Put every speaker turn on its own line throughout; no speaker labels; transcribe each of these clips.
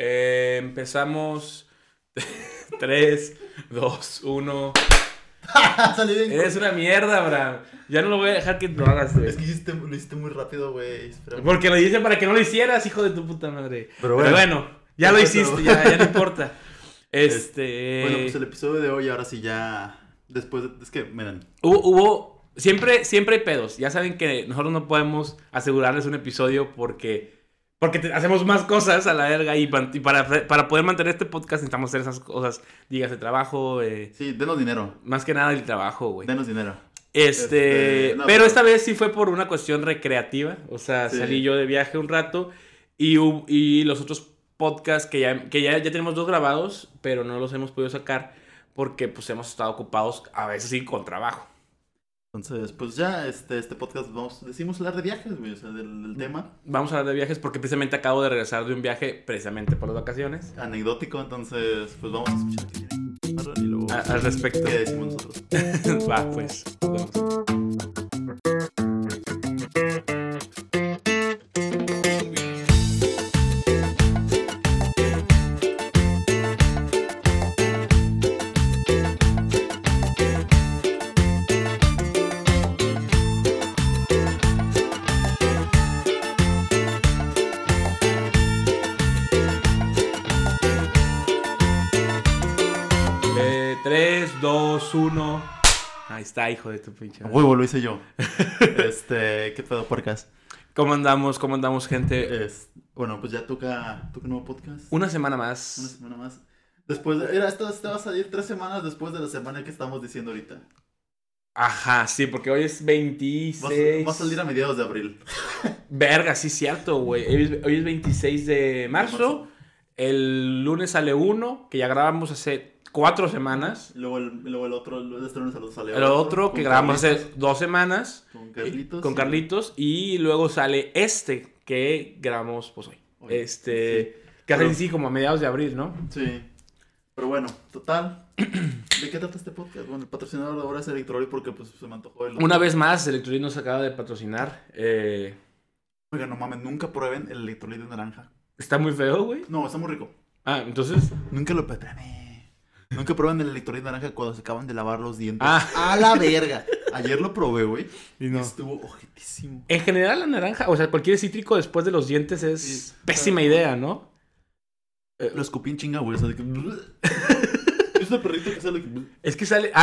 Empezamos. 3, 2, 1.
Salí bien.
Eres una mierda, Abraham. Ya no lo voy a dejar que lo hagas, güey.
Es que lo hiciste muy rápido, güey.
Porque lo hice para que no lo hicieras, hijo de tu puta madre.
Pero
bueno, ya lo hiciste, ya no importa.
Bueno, pues el episodio de hoy, ahora sí ya. Después, es que, miren.
Siempre hay pedos. Ya saben que nosotros no podemos asegurarles un episodio porque hacemos más cosas a la verga y para poder mantener este podcast necesitamos hacer esas cosas, dígase trabajo.
Sí, denos dinero.
Más que nada el trabajo, güey.
Denos dinero.
Pero esta vez sí fue por una cuestión recreativa. O sea, sí. Salí yo de viaje un rato y los otros podcasts que ya tenemos 2 grabados, pero no los hemos podido sacar porque pues hemos estado ocupados a veces sí con trabajo.
Entonces, pues ya este podcast decimos hablar de viajes, güey, o sea, del tema.
Vamos a hablar de viajes porque precisamente acabo de regresar de un viaje precisamente por las vacaciones.
Anecdótico, entonces, pues vamos a escuchar qué tiene y luego
al respecto.
¿Qué decimos nosotros?
Va, pues, nos vemos. 3, 2, 1. Ahí está, hijo de tu pinche.
Huevo, lo hice yo. ¿Qué pedo, podcast?
¿Cómo andamos, gente?
Bueno, pues ya toca nuevo podcast.
Una semana más.
Después esto va a salir 3 semanas después de la semana que estamos diciendo ahorita.
Ajá, sí, porque hoy es 26.
Va a salir a mediados de abril.
Verga, sí, cierto, güey. Hoy es 26 de marzo. El lunes sale 1, que ya grabamos hace 4 semanas.
Luego el otro, este lunes sale
el otro que grabamos hace 2 semanas.
Con Carlitos.
Y luego sale que grabamos pues hoy. Que hace sí como a mediados de abril, ¿no?
Sí. Pero bueno, total. ¿De qué trata este podcast? Bueno, el patrocinador de ahora es Electrolit porque pues se me antojó
Una vez más, Electrolit nos acaba de patrocinar.
Oiga, no mames, nunca prueben el Electrolit de naranja.
¿Está muy feo, güey?
No, está muy rico.
Ah, entonces.
Nunca lo prueben. Nunca prueben el Electrolit naranja cuando se acaban de lavar los dientes.
Ah.
¡A la verga! Ayer lo probé, güey.
Y no.
Estuvo ojetísimo.
En general, la naranja, o sea, cualquier cítrico después de los dientes es pésima idea, ¿no?
Lo escupí en chinga, güey. O sea, de que... es un perrito que sale...
Es que sale...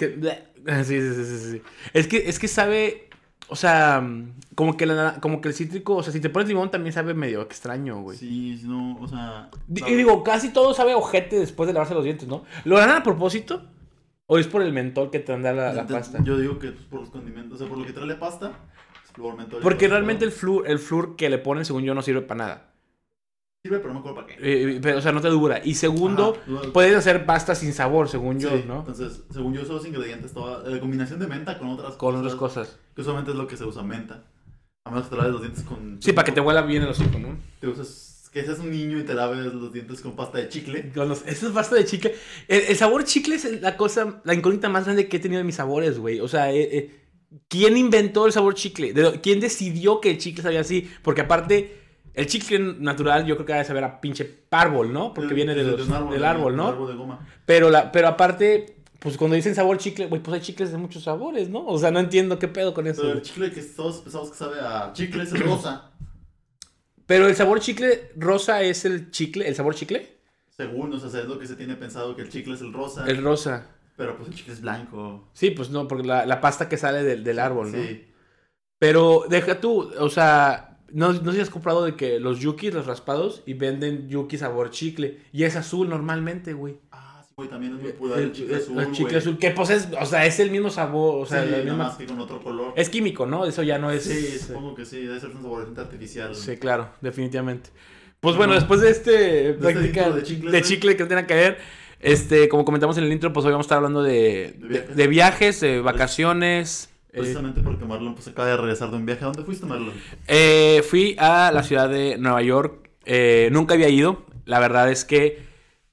Sí. Es que sabe... O sea, como que el cítrico... O sea, si te pones limón también sabe medio extraño, güey.
Sí, no, o sea...
Y digo, casi todo sabe ojete después de lavarse los dientes, ¿no? ¿Lo harán a propósito? ¿O es por el mentol que te da la pasta?
Yo digo que es por los condimentos. O sea, por lo que trae la pasta... Es por el mentol.
Porque realmente el flúor que le ponen, según yo, no sirve para nada.
Sirve, pero no me acuerdo para qué.
Pero, o sea, no te dura. Y segundo, puedes hacer pasta sin sabor, según yo, ¿no?
Entonces, según yo, son los ingredientes, toda la combinación de menta con otras
cosas.
Que usualmente es lo que se usa, menta. A menos que te laves los dientes con...
Sí, para que te huela bien el hocico, ¿no?
Te usas... Que seas un niño y te laves los dientes con pasta de chicle.
Eso es pasta de chicle. El sabor chicle es la incógnita más grande que he tenido de mis sabores, güey. O sea, ¿quién inventó el sabor chicle? ¿Quién decidió que el chicle sabía así? Porque aparte... El chicle natural yo creo que debe saber a pinche párbol, ¿no? Porque viene del árbol, ¿no?
Árbol de goma.
Pero aparte, pues cuando dicen sabor chicle, güey, pues hay chicles de muchos sabores, ¿no? O sea, no entiendo qué pedo con eso.
Pero el chicle que todos pensamos que sabe a chicle es el rosa.
Pero el sabor chicle rosa es el sabor chicle.
Según, o sea, es lo que se tiene pensado que el chicle es el rosa.
El rosa.
Pero pues el chicle es blanco.
Sí, pues no, porque la pasta que sale del árbol, ¿no?
Sí.
Pero deja tú, o sea... No sé si has comprado de que los Yukis, los raspados, y venden Yuki sabor chicle. Y es azul normalmente, güey.
Ah, sí, güey, también es muy popular el chicle azul,
el chicle azul, que pues es, o sea, es el mismo sabor, o sea,
sí,
la
nada
misma...
más que con otro color.
Es químico, ¿no? Eso ya no es...
Sí, supongo que sí, debe ser un saborizante artificial.
Sí, claro, definitivamente. Pues bueno, después de práctica de chicle que no tiene que ver, como comentamos en el intro, pues hoy vamos a estar hablando de viajes, de vacaciones...
Precisamente porque Marlon pues acaba de regresar de un viaje. ¿A dónde fuiste, Marlon?
Fui a la ciudad de Nueva York. Nunca había ido. La verdad es que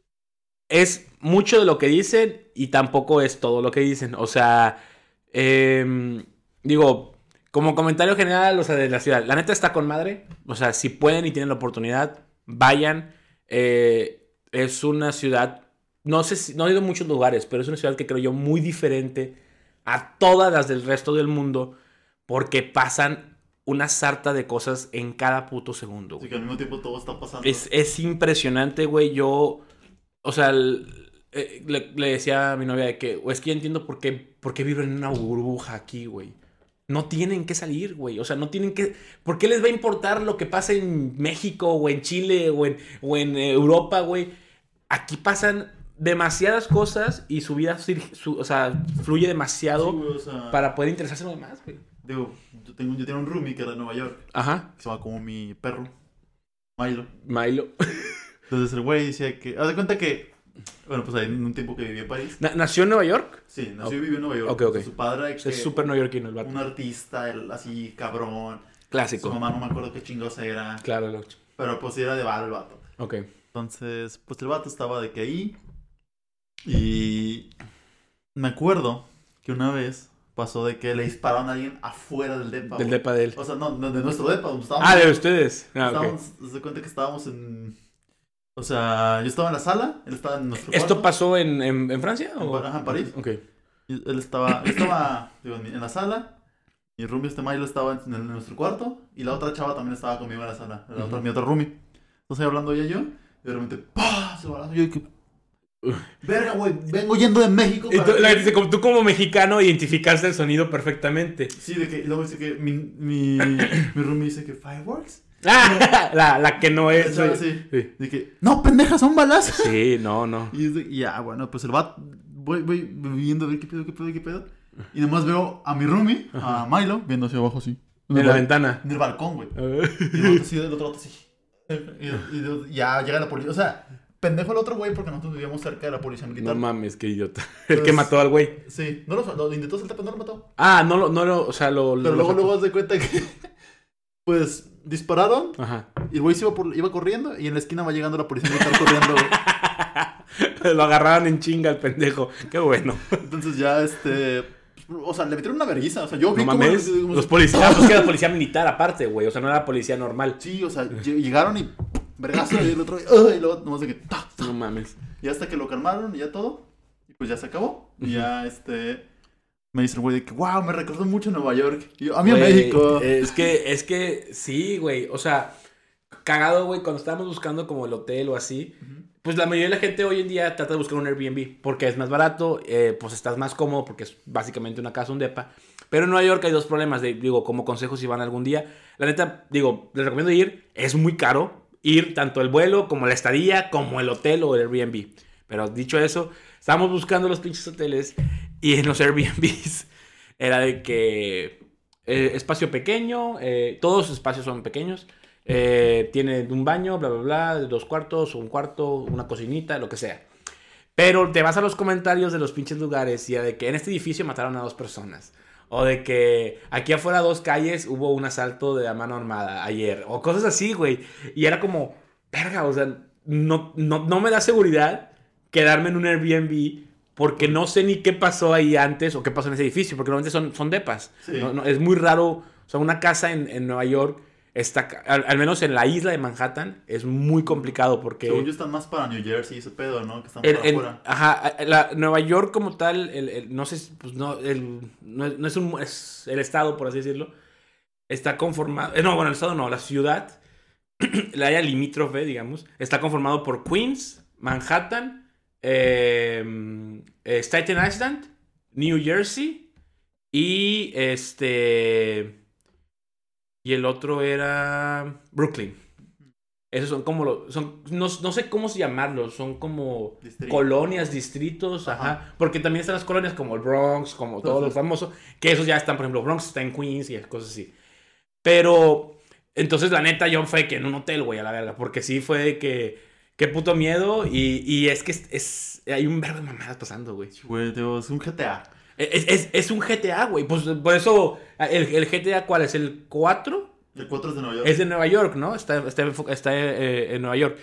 es mucho de lo que dicen y tampoco es todo lo que dicen. O sea, digo, como comentario general, o sea, de la ciudad. La neta está con madre. O sea, si pueden y tienen la oportunidad, vayan. Es una ciudad, no sé si, no he ido a muchos lugares, pero es una ciudad que creo yo muy diferente a todas las del resto del mundo porque pasan una sarta de cosas en cada puto segundo,
Así
güey.
que al mismo tiempo todo está pasando.
Es impresionante, güey. Yo, o sea, le decía a mi novia de que, es que yo entiendo por qué viven en una burbuja aquí, güey. No tienen que salir, güey. O sea, no tienen que... ¿Por qué les va a importar lo que pasa en México o en Chile o en Europa, güey? Aquí pasan demasiadas cosas y su vida o sea, fluye demasiado
Sí, güey, o sea,
para poder interesarse en lo demás, güey.
digo, yo tenía un roomie que era de Nueva York,
Ajá.
que se llama como mi perro, Milo.
Milo.
Entonces el güey decía que, haz de cuenta que, bueno, pues en un tiempo que viví en París.
¿Nació en Nueva York?
Sí, nació y vivió en Nueva York.
Ok, ok.
Su padre que
Es súper neoyorquino el vato.
un artista, así cabrón.
Clásico.
Su mamá no me acuerdo qué chingos era.
Claro,
Pero pues sí era de bar el vato.
ok.
Entonces, pues el vato estaba de que ahí. Y me acuerdo que una vez pasó de que le dispararon a alguien afuera del depa.
Del
güey.
depa de él.
O sea, no, de nuestro depa, donde estábamos.
Ah, de ustedes. Ah, ok.
Estábamos, se cuenta que estábamos en... O sea, yo estaba en la sala, él estaba en nuestro
¿Esto
cuarto.
pasó en Francia?
En,
O?
Ajá, en París.
Ok.
Y yo estaba digo, en la sala. Y el roomie Milo estaba en nuestro cuarto. Y la otra chava también estaba conmigo en la sala. Mi otra roomie. Entonces hablando ella y yo. Y de repente, ¡pah! Se balazo. Yo dije, verga, güey, vengo yendo de México.
Y tú como mexicano identificaste el sonido perfectamente.
Sí, de que, y luego dice que mi roomie dice que fireworks.
Ah, la que no es.
La chava,
güey.
sí. De que, no, pendeja, son balas.
Sí, no.
Y ya, bueno, pues el vato, voy viendo a ver qué pedo. Y nomás veo a mi roomie, a Milo, viendo hacia abajo así.
En la ventana.
En el balcón, güey.
A ver.
Y el otro así, el otro vato así. Y ya llega la policía. O sea, pendejo el otro güey porque nosotros vivíamos cerca de la policía militar.
No mames, qué idiota. El que mató al güey.
Sí, no lo intentó saltar, pero no lo mató.
Ah, no lo, o sea, lo...
Pero luego haz de cuenta que, pues, dispararon.
Ajá.
Y el güey se iba corriendo. Y en la esquina va llegando la policía militar corriendo, güey.
Lo agarraron en chinga al pendejo. Qué bueno.
Entonces ya, o sea, le metieron una vergüenza. O sea, yo vi
No
como...
mames. Los policías, pues que era policía militar aparte, güey. O sea, no era policía normal.
Sí, o sea, llegaron y... Vergazo, y el otro... y luego nomás de que...
No mames.
Y hasta que lo calmaron y ya todo. Y pues ya se acabó. Y ya, me dice el güey de que, wow, me recordó mucho Nueva York. Y yo, a mí a
Güey,
México.
Es que sí, güey. O sea, cagado, güey, cuando estábamos buscando como el hotel o así, pues la mayoría de la gente hoy en día trata de buscar un Airbnb porque es más barato, pues estás más cómodo porque es básicamente una casa, un depa. Pero en Nueva York hay dos problemas, digo, como consejo si van algún día. La neta, digo, les recomiendo ir, es muy caro ir tanto el vuelo como la estadía, como el hotel o el Airbnb. Pero dicho eso, estábamos buscando los pinches hoteles y en los Airbnbs era de que espacio pequeño, todos los espacios son pequeños. Tiene un baño, bla, bla, bla, 2 cuartos, un cuarto, una cocinita, lo que sea. Pero te vas a los comentarios de los pinches lugares y de que en este edificio mataron a 2 personas. O de que aquí afuera 2 calles hubo un asalto de a mano armada ayer. O cosas así, güey. Y era como, verga, o sea, no me da seguridad quedarme en un Airbnb porque no sé ni qué pasó ahí antes o qué pasó en ese edificio. Porque normalmente son depas.
Sí.
No, es muy raro. O sea, una casa en Nueva York... al menos en la isla de Manhattan es muy complicado porque
Según yo están más para New Jersey y ese pedo, ¿no? Que están para afuera.
Ajá, Nueva York como tal, no sé, pues no es el estado, por así decirlo, está conformado, el estado no, la ciudad, la área limítrofe, digamos, está conformado por Queens, Manhattan, Staten Island, New Jersey y y el otro era Brooklyn. Esos son como no sé cómo se llamarlos, son como colonias, distritos, ajá. Porque también están las colonias como el Bronx, como todo lo famoso, que esos ya están, por ejemplo, Bronx está en Queens y cosas así. Pero, entonces la neta yo fue que en un hotel, güey, a la verga, porque sí fue de que, qué puto miedo y es que hay un verbo de mamadas pasando, güey.
Güey, es un GTA.
Es un GTA, güey. Pues por eso, el GTA, ¿cuál es? ¿El 4?
El 4 es de Nueva York.
Es de Nueva York, ¿no? Está en Nueva York.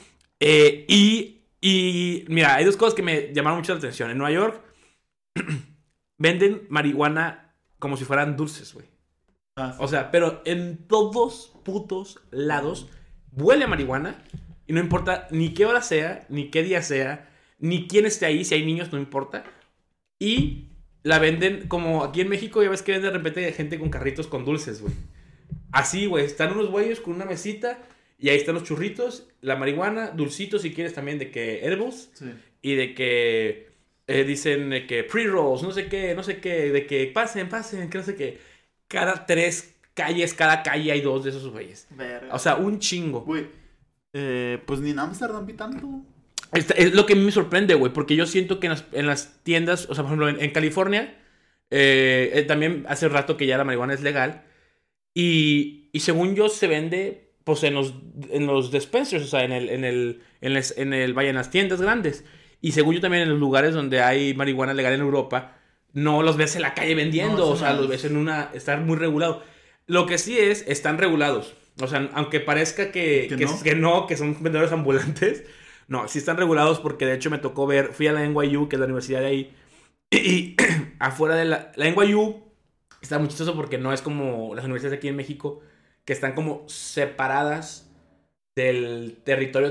Y mira, hay 2 cosas que me llamaron mucho la atención. En Nueva York venden marihuana como si fueran dulces, güey.
Ah, sí.
O sea, pero en todos putos lados huele a marihuana. Y no importa ni qué hora sea, ni qué día sea, ni quién esté ahí, si hay niños, no importa. Y la venden como aquí en México, ya ves que venden de repente gente con carritos con dulces, güey. Así, güey, están unos güeyes con una mesita y ahí están los churritos, la marihuana, dulcitos si quieres también de que edibles.
Sí.
Y de que dicen de que pre-rolls, no sé qué, de que pasen, que no sé qué. Cada 3 calles, cada calle hay 2 de esos güeyes.
Verga.
O sea, un chingo.
Güey, pues ni en Amsterdam vi tanto.
Es lo que a mí me sorprende, güey, porque yo siento que en las tiendas, o sea, por ejemplo, en California, también hace rato que ya la marihuana es legal. Y según yo se vende, pues en los dispensers, o sea, vaya, en las tiendas grandes. Y según yo también en los lugares donde hay marihuana legal en Europa, no los ves en la calle vendiendo,
No,
o sea, los ves está muy regulado. Lo que sí están regulados. O sea, aunque parezca que son vendedores ambulantes, no, sí están regulados porque de hecho me tocó fui a la NYU, que es la universidad de ahí, y afuera de la NYU está muy chistoso porque no es como las universidades aquí en México, que están como separadas del territorio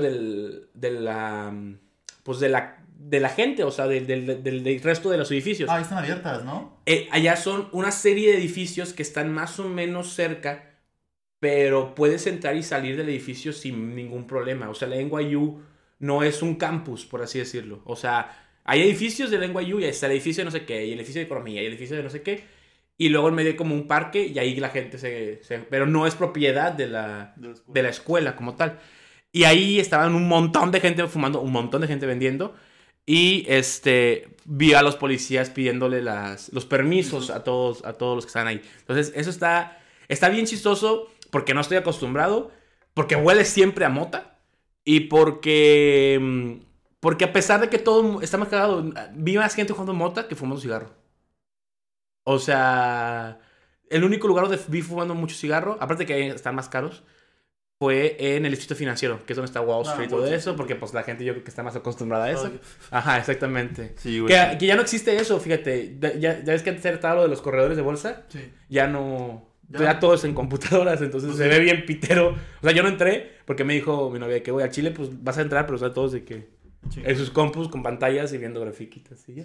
pues de la gente, o sea, del resto de los edificios.
Ah, están abiertas, ¿no?
Allá son una serie de edificios que están más o menos cerca, pero puedes entrar y salir del edificio sin ningún problema. O sea, la NYU no es un campus, por así decirlo. O sea, hay edificios de la NYU y ahí está el edificio de no sé qué, y el edificio de economía, y el edificio de no sé qué, y luego en medio hay como un parque y ahí la gente pero no es propiedad de la escuela como tal. Y ahí estaban un montón de gente fumando, un montón de gente vendiendo. Y vi a los policías pidiéndole los permisos a todos los que están ahí. Entonces, eso está bien chistoso porque no estoy acostumbrado, porque huele siempre a mota y porque a pesar de que todo está más cagado, vi más gente jugando mota que fumando cigarro. O sea, el único lugar donde vi fumando mucho cigarro, aparte de que están más caros, fue en el distrito financiero, que es donde está Wall Street y todo eso, porque pues la gente yo creo que está más acostumbrada a eso. Ajá, exactamente.
Sí, güey.
Que ya no existe eso, fíjate. Ya ves que antes estaba lo de los corredores de bolsa.
Sí.
Ya no... Ya todo es en computadoras, entonces se ve bien pitero. O sea, yo no entré porque me dijo mi novia que voy al Chile, pues vas a entrar, pero o sea, todos de que... En sus compus con pantallas y viendo grafiquitas. ¿Sí?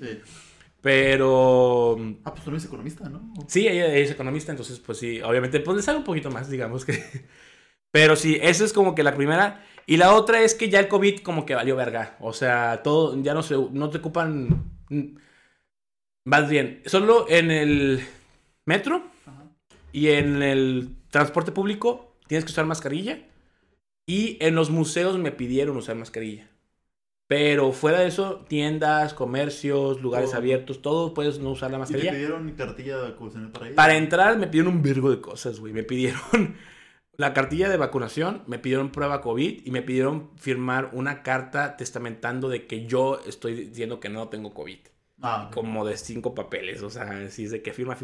Pero...
Ah, pues tú eres economista, ¿no?
Sí, ella es economista, entonces pues sí, obviamente pues le sabe un poquito más, digamos que... Pero sí, esa es como que la primera. Y la otra es que ya el COVID como que valió verga. O sea, todo, ya no te ocupan... Más bien, solo en el metro y en el transporte público tienes que usar mascarilla. Y en los museos me pidieron usar mascarilla. Pero fuera de eso, tiendas, comercios, lugares abiertos, todo puedes no usar la mascarilla.
¿Y te pidieron cartilla de vacunación para ir?
Para entrar me pidieron un virgo de cosas, güey. Me pidieron la cartilla de vacunación, me pidieron prueba COVID y me pidieron firmar una carta testamentando de que yo estoy diciendo que no tengo COVID. Como de 5 papeles, o sea, así es de que firma.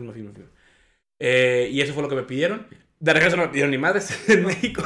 Y eso fue lo que me pidieron. De regreso no me pidieron ni madres en México.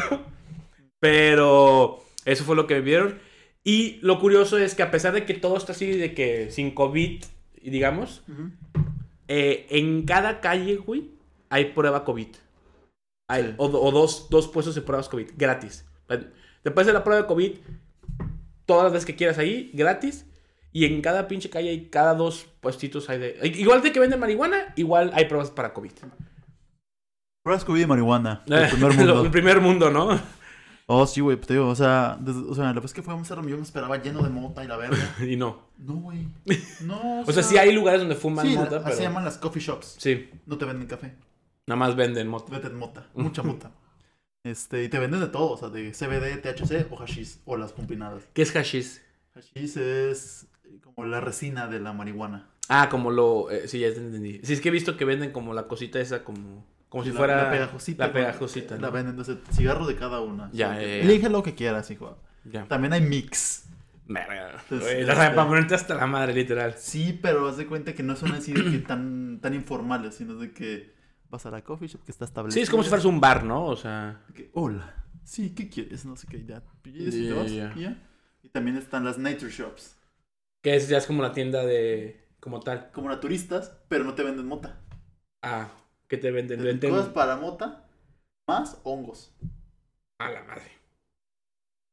Pero eso fue lo que me pidieron. Y lo curioso es que a pesar de que todo está así, de que sin COVID, digamos, en cada calle, güey, hay prueba COVID. Sí. O dos puestos de pruebas COVID, gratis. Te puedes hacer la prueba de COVID todas las veces que quieras ahí, gratis. Y en cada pinche calle hay cada 2 puestitos hay de... Igual de que venden marihuana, igual hay pruebas para COVID.
Pruebas COVID y marihuana. El primer mundo.
El primer mundo, ¿no?
Oh, sí, güey, te digo, o sea, la vez que fue a Amsterdam yo me esperaba lleno de mota y la verga.
Y no.
No, güey. No,
o sea, sí hay lugares donde fuman mota, pero...
así se llaman las coffee shops.
Sí.
No te venden café.
Nada más venden mota.
Venden mota, mucha mota. Y te venden de todo, o sea, de CBD, THC o hashish, o las combinadas.
¿Qué es hashish?
Hashish es como la resina de la marihuana.
Ah, como sí, ya te entendí. Sí, es que he visto que venden como la cosita esa, como si fuera...
La pegajosita.
La pegajosita, ¿no?
La venden, entonces, cigarro de cada una.
Ya.
Elige lo que quieras, hijo. Ya. También hay mix.
Para ponerte hasta la madre, literal.
Sí, pero haz de cuenta que no son así de que tan informales, sino de que vas a la coffee shop que está establecido.
Sí, es como si fueras un bar, ¿no? O sea...
Hola. Sí, ¿qué quieres? No sé qué, ya. Y también están las nature shops.
Que ya es como la tienda de... como tal.
Como naturistas, pero no te venden mota.
Ah, ¿qué te venden?
Te venden cosas para mota, más hongos.
A la madre.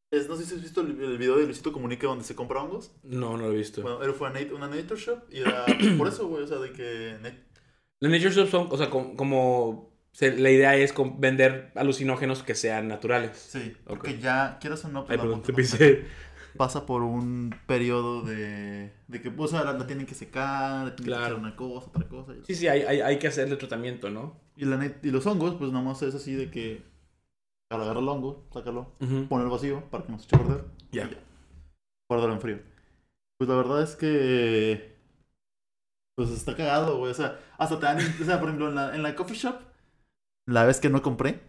No sé si has visto el video de Luisito Comunica donde se compra hongos.
No, no lo he visto.
Bueno, él fue a una Nature Shop y era por eso, güey, o sea, de que...
Los nature shops son, o sea, la idea es vender alucinógenos que sean naturales.
Sí, porque
Ok.
ya, quieras o no, pues
Ay,
la
perdón,
mota
te
no
pisé.
pasa por un periodo de que, o sea, la tienen que secar, le tienen que
Claro.
echar una cosa, otra cosa.
Sí, sí, hay que hacerle tratamiento, ¿no?
Y los hongos, pues nomás es así de que agarra el hongo, sácalo,
Ujú.
pon el vacío para que no se eche a perder.
Ya.
Y guárdalo en frío. Pues la verdad es que pues está cagado, güey. O sea, hasta te dan, o sea, por ejemplo, en la coffee shop, la vez que no compré.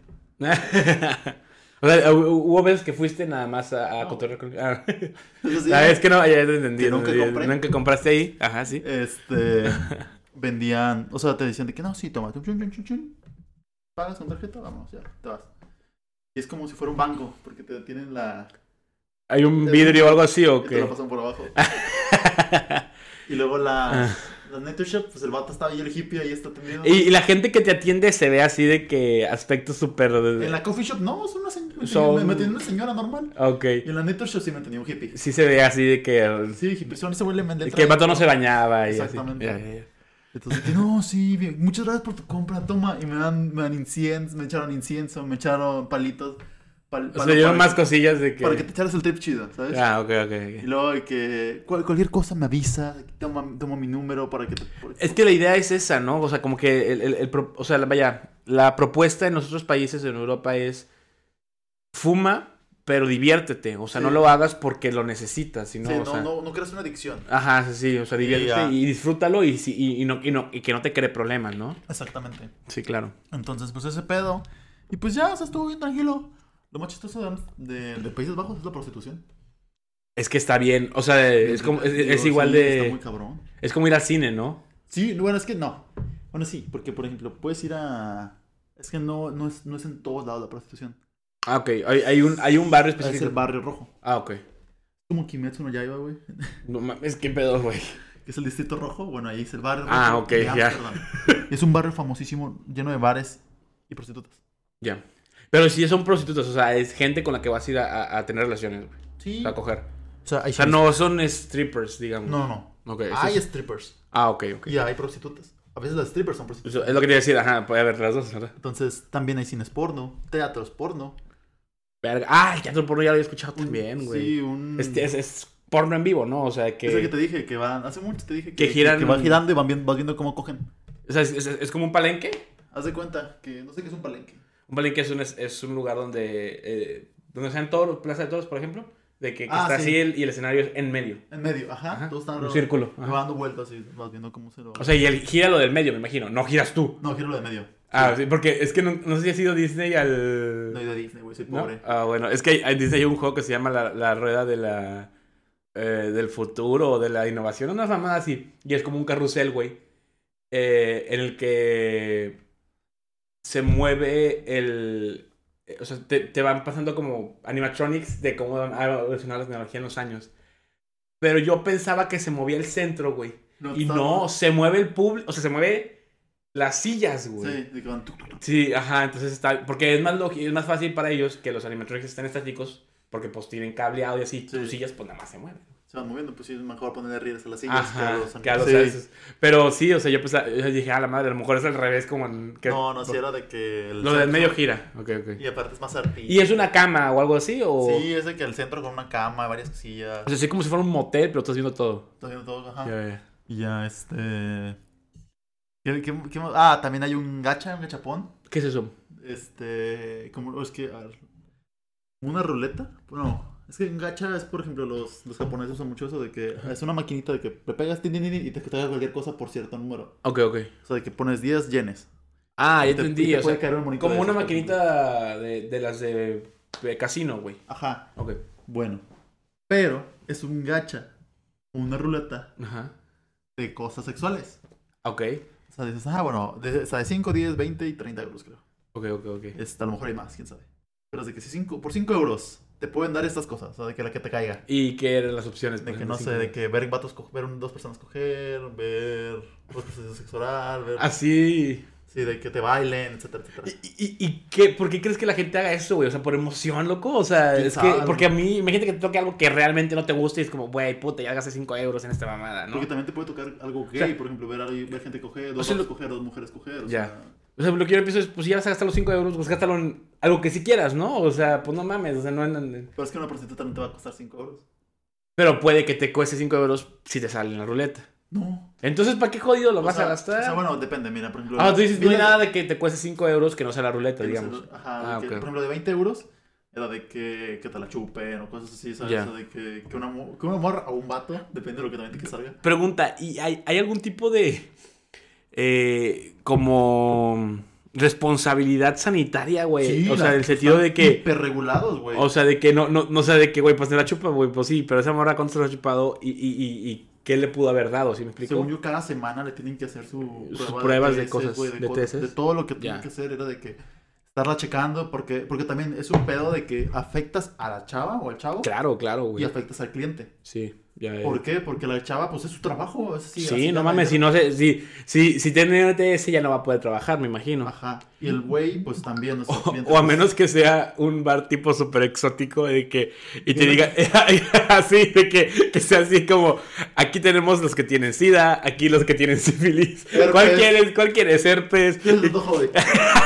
O sea, hubo veces que fuiste nada más a
No.
cotorrear con... Ah.
Eso sí,
La vez que no, ya te entendí.
Que nunca compré.
Nunca compraste ahí. Ajá, sí.
vendían, o sea, te decían de que no, sí, toma, chun, chun, chun, chun. Pagas con tarjeta, vamos, ya, te vas. Y es como si fuera un banco, porque te tienen
¿Hay un vidrio o algo así o
que te la
qué?
pasan por abajo. Y luego la Nature Shop, pues el vato estaba ahí, el hippie ahí está atendido.
Y la gente que te atiende se ve así de que aspecto súper...
En la coffee shop, no, es una señora.
Son-
Me atendió una señora normal.
Ok.
Y en la Nature Shop sí me tenía un hippie.
Sí se ve así de que...
Sí, hippie, son ese güey le mandé el
Que el vato no se
traje.
bañaba y
Exactamente.
así. Ya.
Entonces, que no, sí, bien, muchas gracias por tu compra, toma. Y me dan incienso, me echaron incienso, me echaron palitos.
O sea, dieron más cosillas de que...
Para que te echaras el trip chido, ¿sabes?
Ah, ok.
Y luego de que cualquier cosa me avisa, toma mi número para que te...
Es que la idea es esa, ¿no? O sea, como que o sea, vaya, la propuesta en los otros países en Europa es fuma, pero diviértete. O sea,
Sí.
no lo hagas porque lo necesitas, sino,
Sí,
o sea...
no creas una adicción.
Ajá, sí, o sea, diviértete
ya.
y disfrútalo y que no te cree problemas, ¿no?
Exactamente.
Sí, claro.
Entonces, pues ese pedo. Y pues ya, o sea, estuvo bien tranquilo. Lo más chistoso de Países Bajos es la prostitución.
Es que está bien, o sea, es como es
Digo,
igual
sí, Está muy
de...
cabrón.
Es como ir al cine, ¿no?
Sí, bueno, es que no. Bueno, sí, porque por ejemplo, puedes ir a... Es que no es en todos lados la prostitución.
Ah, ok. Hay un barrio
Es el
específico.
barrio rojo.
Ah, ok.
Como Kimetsu no Yaiba, güey.
No mames, qué pedo, güey.
Que es el distrito rojo. Bueno, ahí es el barrio rojo.
Ah, ok,
de
ya.
Ámsterdam. Es un barrio famosísimo, lleno de bares y prostitutas.
Ya. Pero sí son prostitutas, o sea, es gente con la que vas a ir a tener relaciones, güey.
Sí.
A coger.
O sea,
O sea, no son strippers, digamos.
No.
Ok,
Hay
eso es-
strippers.
Ah, ok.
Y hay prostitutas. A veces las strippers son prostitutas.
Eso es lo que quería decir, ajá, puede haber las dos, ¿verdad?
Entonces, también hay cines porno, teatros porno.
Verga. Ah, el teatro porno ya lo había escuchado también, güey.
Sí,
Es porno en vivo, ¿no? O sea,
Es el que te dije, que van... Hace mucho te dije
Que giran-
que va girando y vas viendo cómo cogen.
O sea, es como un palenque.
Haz de cuenta que no sé qué es un palenque.
Un palenque es un lugar donde sean todos los Plaza de Toros, por ejemplo. De que
Ah,
está
sí.
así y el escenario es en medio.
En medio, ajá.
Ajá,
Todos están
un círculo, ajá.
va dando vueltas y vas viendo cómo se lo...
O sea, y él gira lo del medio, me imagino. No giras tú.
No, gira lo de medio.
Ah, sí, porque es que no sé si has ido a Disney al...
No, y de Disney, güey, soy
¿No?
pobre.
Ah, bueno, es que en Disney hay un juego que se llama la rueda del futuro o de la innovación, una mamada así. Y es como un carrusel, güey, en el que se mueve o sea, te van pasando como animatronics de cómo ha evolucionado la tecnología en los años. Pero yo pensaba que se movía el centro, güey. Y
está-
no, se mueve el público, o sea, se mueve las sillas, güey.
Sí, de que van... tuc, tuc, tuc.
Sí, ajá, entonces está... Porque es más fácil para ellos que los animatronics estén estáticos, porque pues tienen cableado y así,
Sí.
tus sillas pues nada más se mueven.
Se van moviendo, pues sí, es mejor ponerle rieles a las sillas
Ajá,
que a los...
sí.
Sí.
Pero sí, o sea, yo dije, la madre, a lo mejor es al revés, como que...
No, sí era de que...
Lo del medio gira, ok.
Y aparte es más artístico.
¿Y es una cama o algo así, o...?
Sí, es de que el centro con una cama, varias sillas.
O sea, sí como si fuera un motel, pero estás viendo todo.
Estás viendo todo, ajá.
Ya.
Y ya, ¿Qué más? Ah, también hay un gachapón.
¿Qué es eso?
Como, es que, a ver, una ruleta. No, es que un gacha es, por ejemplo, los japoneses usan mucho eso de que es una maquinita de que le pegas tin, tin, tin, y te haga cualquier cosa por cierto número.
Ok.
O sea, de que pones 10 yenes.
Ah, ya
Y te
entendí,
puede
o sea,
caer un monito
como
de
una
esos,
maquinita de las de casino, güey.
Ajá,
Ok.
bueno. Pero es un gacha, una ruleta
Ajá.
de cosas sexuales.
Ok.
O sea, dices, bueno, de 5, 10, 20 y 30 euros, creo.
Ok.
A lo mejor hay más, quién sabe. Pero es de que si por 5 euros te pueden dar estas cosas, o sea, de que la que te caiga.
¿Y qué eran las opciones?
De
por
que
ejemplo,
no sé, de que ver dos personas coger, ver dos personas de sexo oral, ver...
Así.
Sí, de que te bailen, etcétera, etcétera.
¿Y qué? ¿Por qué crees que la gente haga eso, güey? O sea, por emoción, loco. O sea,
¿Quién
es que...
sabe?
Porque a mí, imagínate que te toque algo que realmente no te guste y es como, güey, puta, ya gasté 5 euros en esta mamada, ¿no?
Porque también te puede tocar algo gay,
O sea,
por ejemplo, ver gente coger,
o
dos
sea,
hombres coger, dos mujeres coger,
Ya.
sea...
O sea, lo que yo pienso es, pues si ya vas a gastar los 5 euros, pues gástalo en algo que sí quieras, ¿no? O sea, pues no mames, o sea, no andan...
Pero es que una prostituta también te va a costar 5 euros.
Pero puede que te cueste 5 euros si te sale en la ruleta.
No.
Entonces, ¿para qué jodido lo
O
vas
sea,
a gastar?
O sea, bueno, depende, mira, por ejemplo...
Ah, tú dices, no hay
mira,
nada de que te cueste 5 euros que no sea la ruleta,
que no sé,
digamos.
Ajá,
Ah,
de que,
ok.
por ejemplo, de 20 euros era de que te la chupen o cosas así, ¿sabes?
Ya.
O sea, de que una morra o un vato, depende de lo que también te que salga.
Pregunta, ¿y hay algún tipo de... como... responsabilidad sanitaria, güey? O sea, en el sentido de que...
Hiperregulados, güey.
O sea, de que no sé de que, güey, pues te la chupa, güey, pues sí, pero esa morra cuánto se la ha chupado y qué le pudo haber dado, ¿sí me explico?
Según yo, cada semana le tienen que hacer sus
pruebas de
TS,
cosas,
güey,
de TS.
de todo lo que tienen
Ya.
que hacer era de que estarla checando, porque también es un pedo de que afectas a la chava o al chavo
Claro,
y
güey.
afectas al cliente.
Sí, ya.
¿Por qué? Porque la chava, pues es su trabajo. Es así,
Sí,
así
no
gana
mames, si
dinero.
no sé, si tiene ETS ya no va a poder trabajar, me imagino.
Ajá. Y el güey, pues también. O, sea,
O a menos que sea un bar tipo súper exótico de que... Y te
Yo
diga así, de que sea así como... Aquí tenemos los que tienen SIDA, aquí los que tienen sífilis.
Herpes.
¿Cuál quieres? Herpes.
¿Qué es el ojo, güey?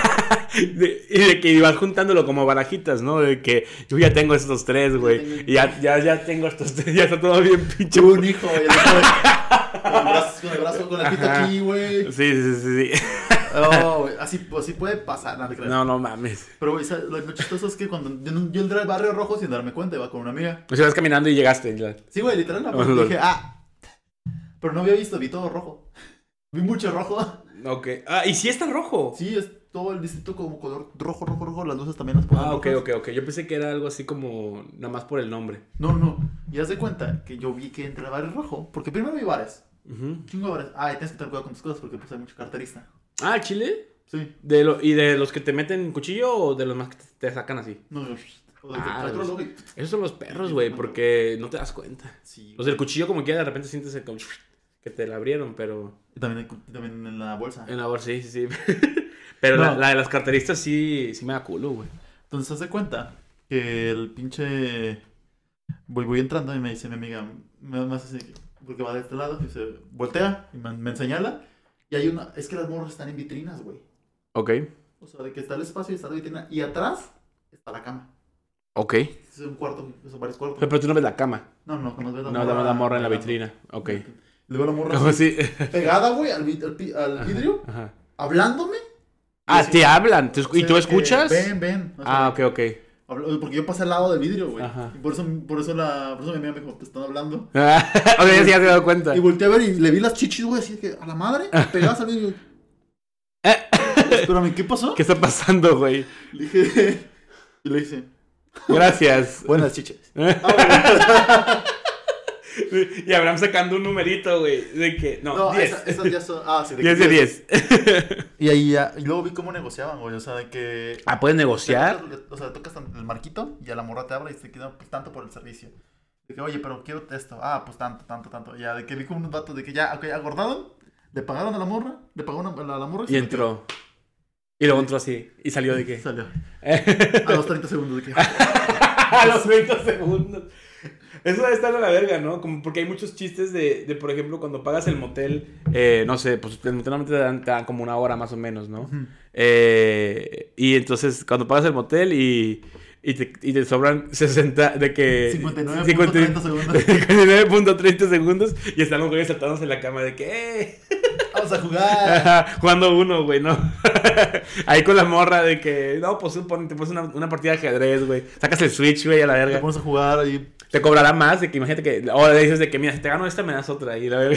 Y de que ibas juntándolo como barajitas, ¿no? De que yo ya tengo estos 3, güey. Y ya tengo estos 3, ya está todo bien pinche.
Tuve un hijo, güey. El hijo, güey. Con el brazo, con el pito
Ajá.
aquí, güey.
Sí.
Oh, güey. Así puede pasar, no te creas.
No mames.
Pero, güey, ¿sabes? Lo chistoso es que cuando yo entré al barrio rojo sin darme cuenta, iba con una amiga.
O sea, vas caminando y llegaste. Ya.
Sí, güey, literal, dije, pero no había visto, vi todo rojo. Vi mucho rojo.
Ok. Ah, ¿y si está rojo?
Sí, es todo el distrito como color rojo. Las luces también las ponen
Ah, ok.
rojas.
Yo pensé que era algo así como nada más por el nombre.
No. Y haz de cuenta que yo vi que entre el barrio rojo, porque primero vi bares.
Ujú.
Chingo de bares. Ah, y tienes que tener cuidado con tus cosas porque pues hay mucho carterista.
Ah, ¿Chile?
Sí.
¿Y de los que te meten cuchillo o de los más que te sacan así?
No, o de que
Ah,
trae otro
los-
logo y-
Esos son los perros, güey, porque no te das cuenta.
Sí.
Los del cuchillo como quiera de repente sientes el como que te la abrieron, pero...
Y también en la bolsa.
En la bolsa, sí. Pero
No.
la de las carteristas sí me da culo, güey.
Entonces, haz de cuenta que el pinche... Voy entrando y me dice mi amiga, me hace así, porque va de este lado, y se voltea y me señala. Y hay una... Es que las morras están en vitrinas, güey.
Ok.
O sea, de que está el espacio y está la vitrina. Y atrás está la cama.
Ok.
Es un cuarto, son varios cuartos.
Pero tú no ves la cama.
No, nos ves
No, la morra en la vitrina. Ok.
Le veo la morra
¿Cómo
así,
así?
pegada, güey, al vidrio,
Ajá.
hablándome.
Ah,
Y
te hablan.
o
¿Y
sea,
tú
de que,
escuchas?
Ven. O sea,
Ah, ok.
Porque yo pasé al lado del vidrio, güey.
Ajá.
Y por eso mi amiga me dijo, te están hablando.
Ok, ya se ha dado cuenta.
Y volteé a ver y le vi las chichis, güey, así que a la madre, pegadas al vidrio. Espérame, ¿qué pasó?
¿Qué está pasando, güey?
Le dije, y le hice,
Gracias.
buenas chichis.
Y Abraham sacando un numerito, güey. De que. No,
No,
10.
esas ya son. Ah, sí,
10 de 10.
Y ahí ya. Y luego vi cómo negociaban, güey. O sea, de que.
Ah, ¿puedes negociar?
O sea, tocas el marquito y a la morra te habla y te queda pues, tanto por el servicio. De que, oye, pero quiero esto. Ah, pues tanto. Ya, de que vi como unos vatos de que ya, ok, acordaron. Le pagaron a la morra. Le pagaron a la morra.
Y entró. Y luego entró así. ¿Y salió de qué?
Salió. A los 30 segundos de que.
A los 30 segundos. Eso debe estar a la verga, ¿no? Como porque hay muchos chistes de por ejemplo, cuando pagas el motel, no sé, pues el motel normalmente te dan como una hora más o menos, ¿no? Y entonces, cuando pagas el motel y te sobran 60, de que...
59.30 segundos.
59.30 segundos y están los güeyes saltados en la cama de que...
Vamos a jugar.
Jugando uno, güey, ¿no? Ahí con la morra de que... No, pues te pones una partida de ajedrez, güey. Sacas el Switch, güey, a la
Te
verga.
pones a jugar ahí.
Te cobrará más de que imagínate que... O le dices de que, mira, si te gano esta, me das otra. Y la verga...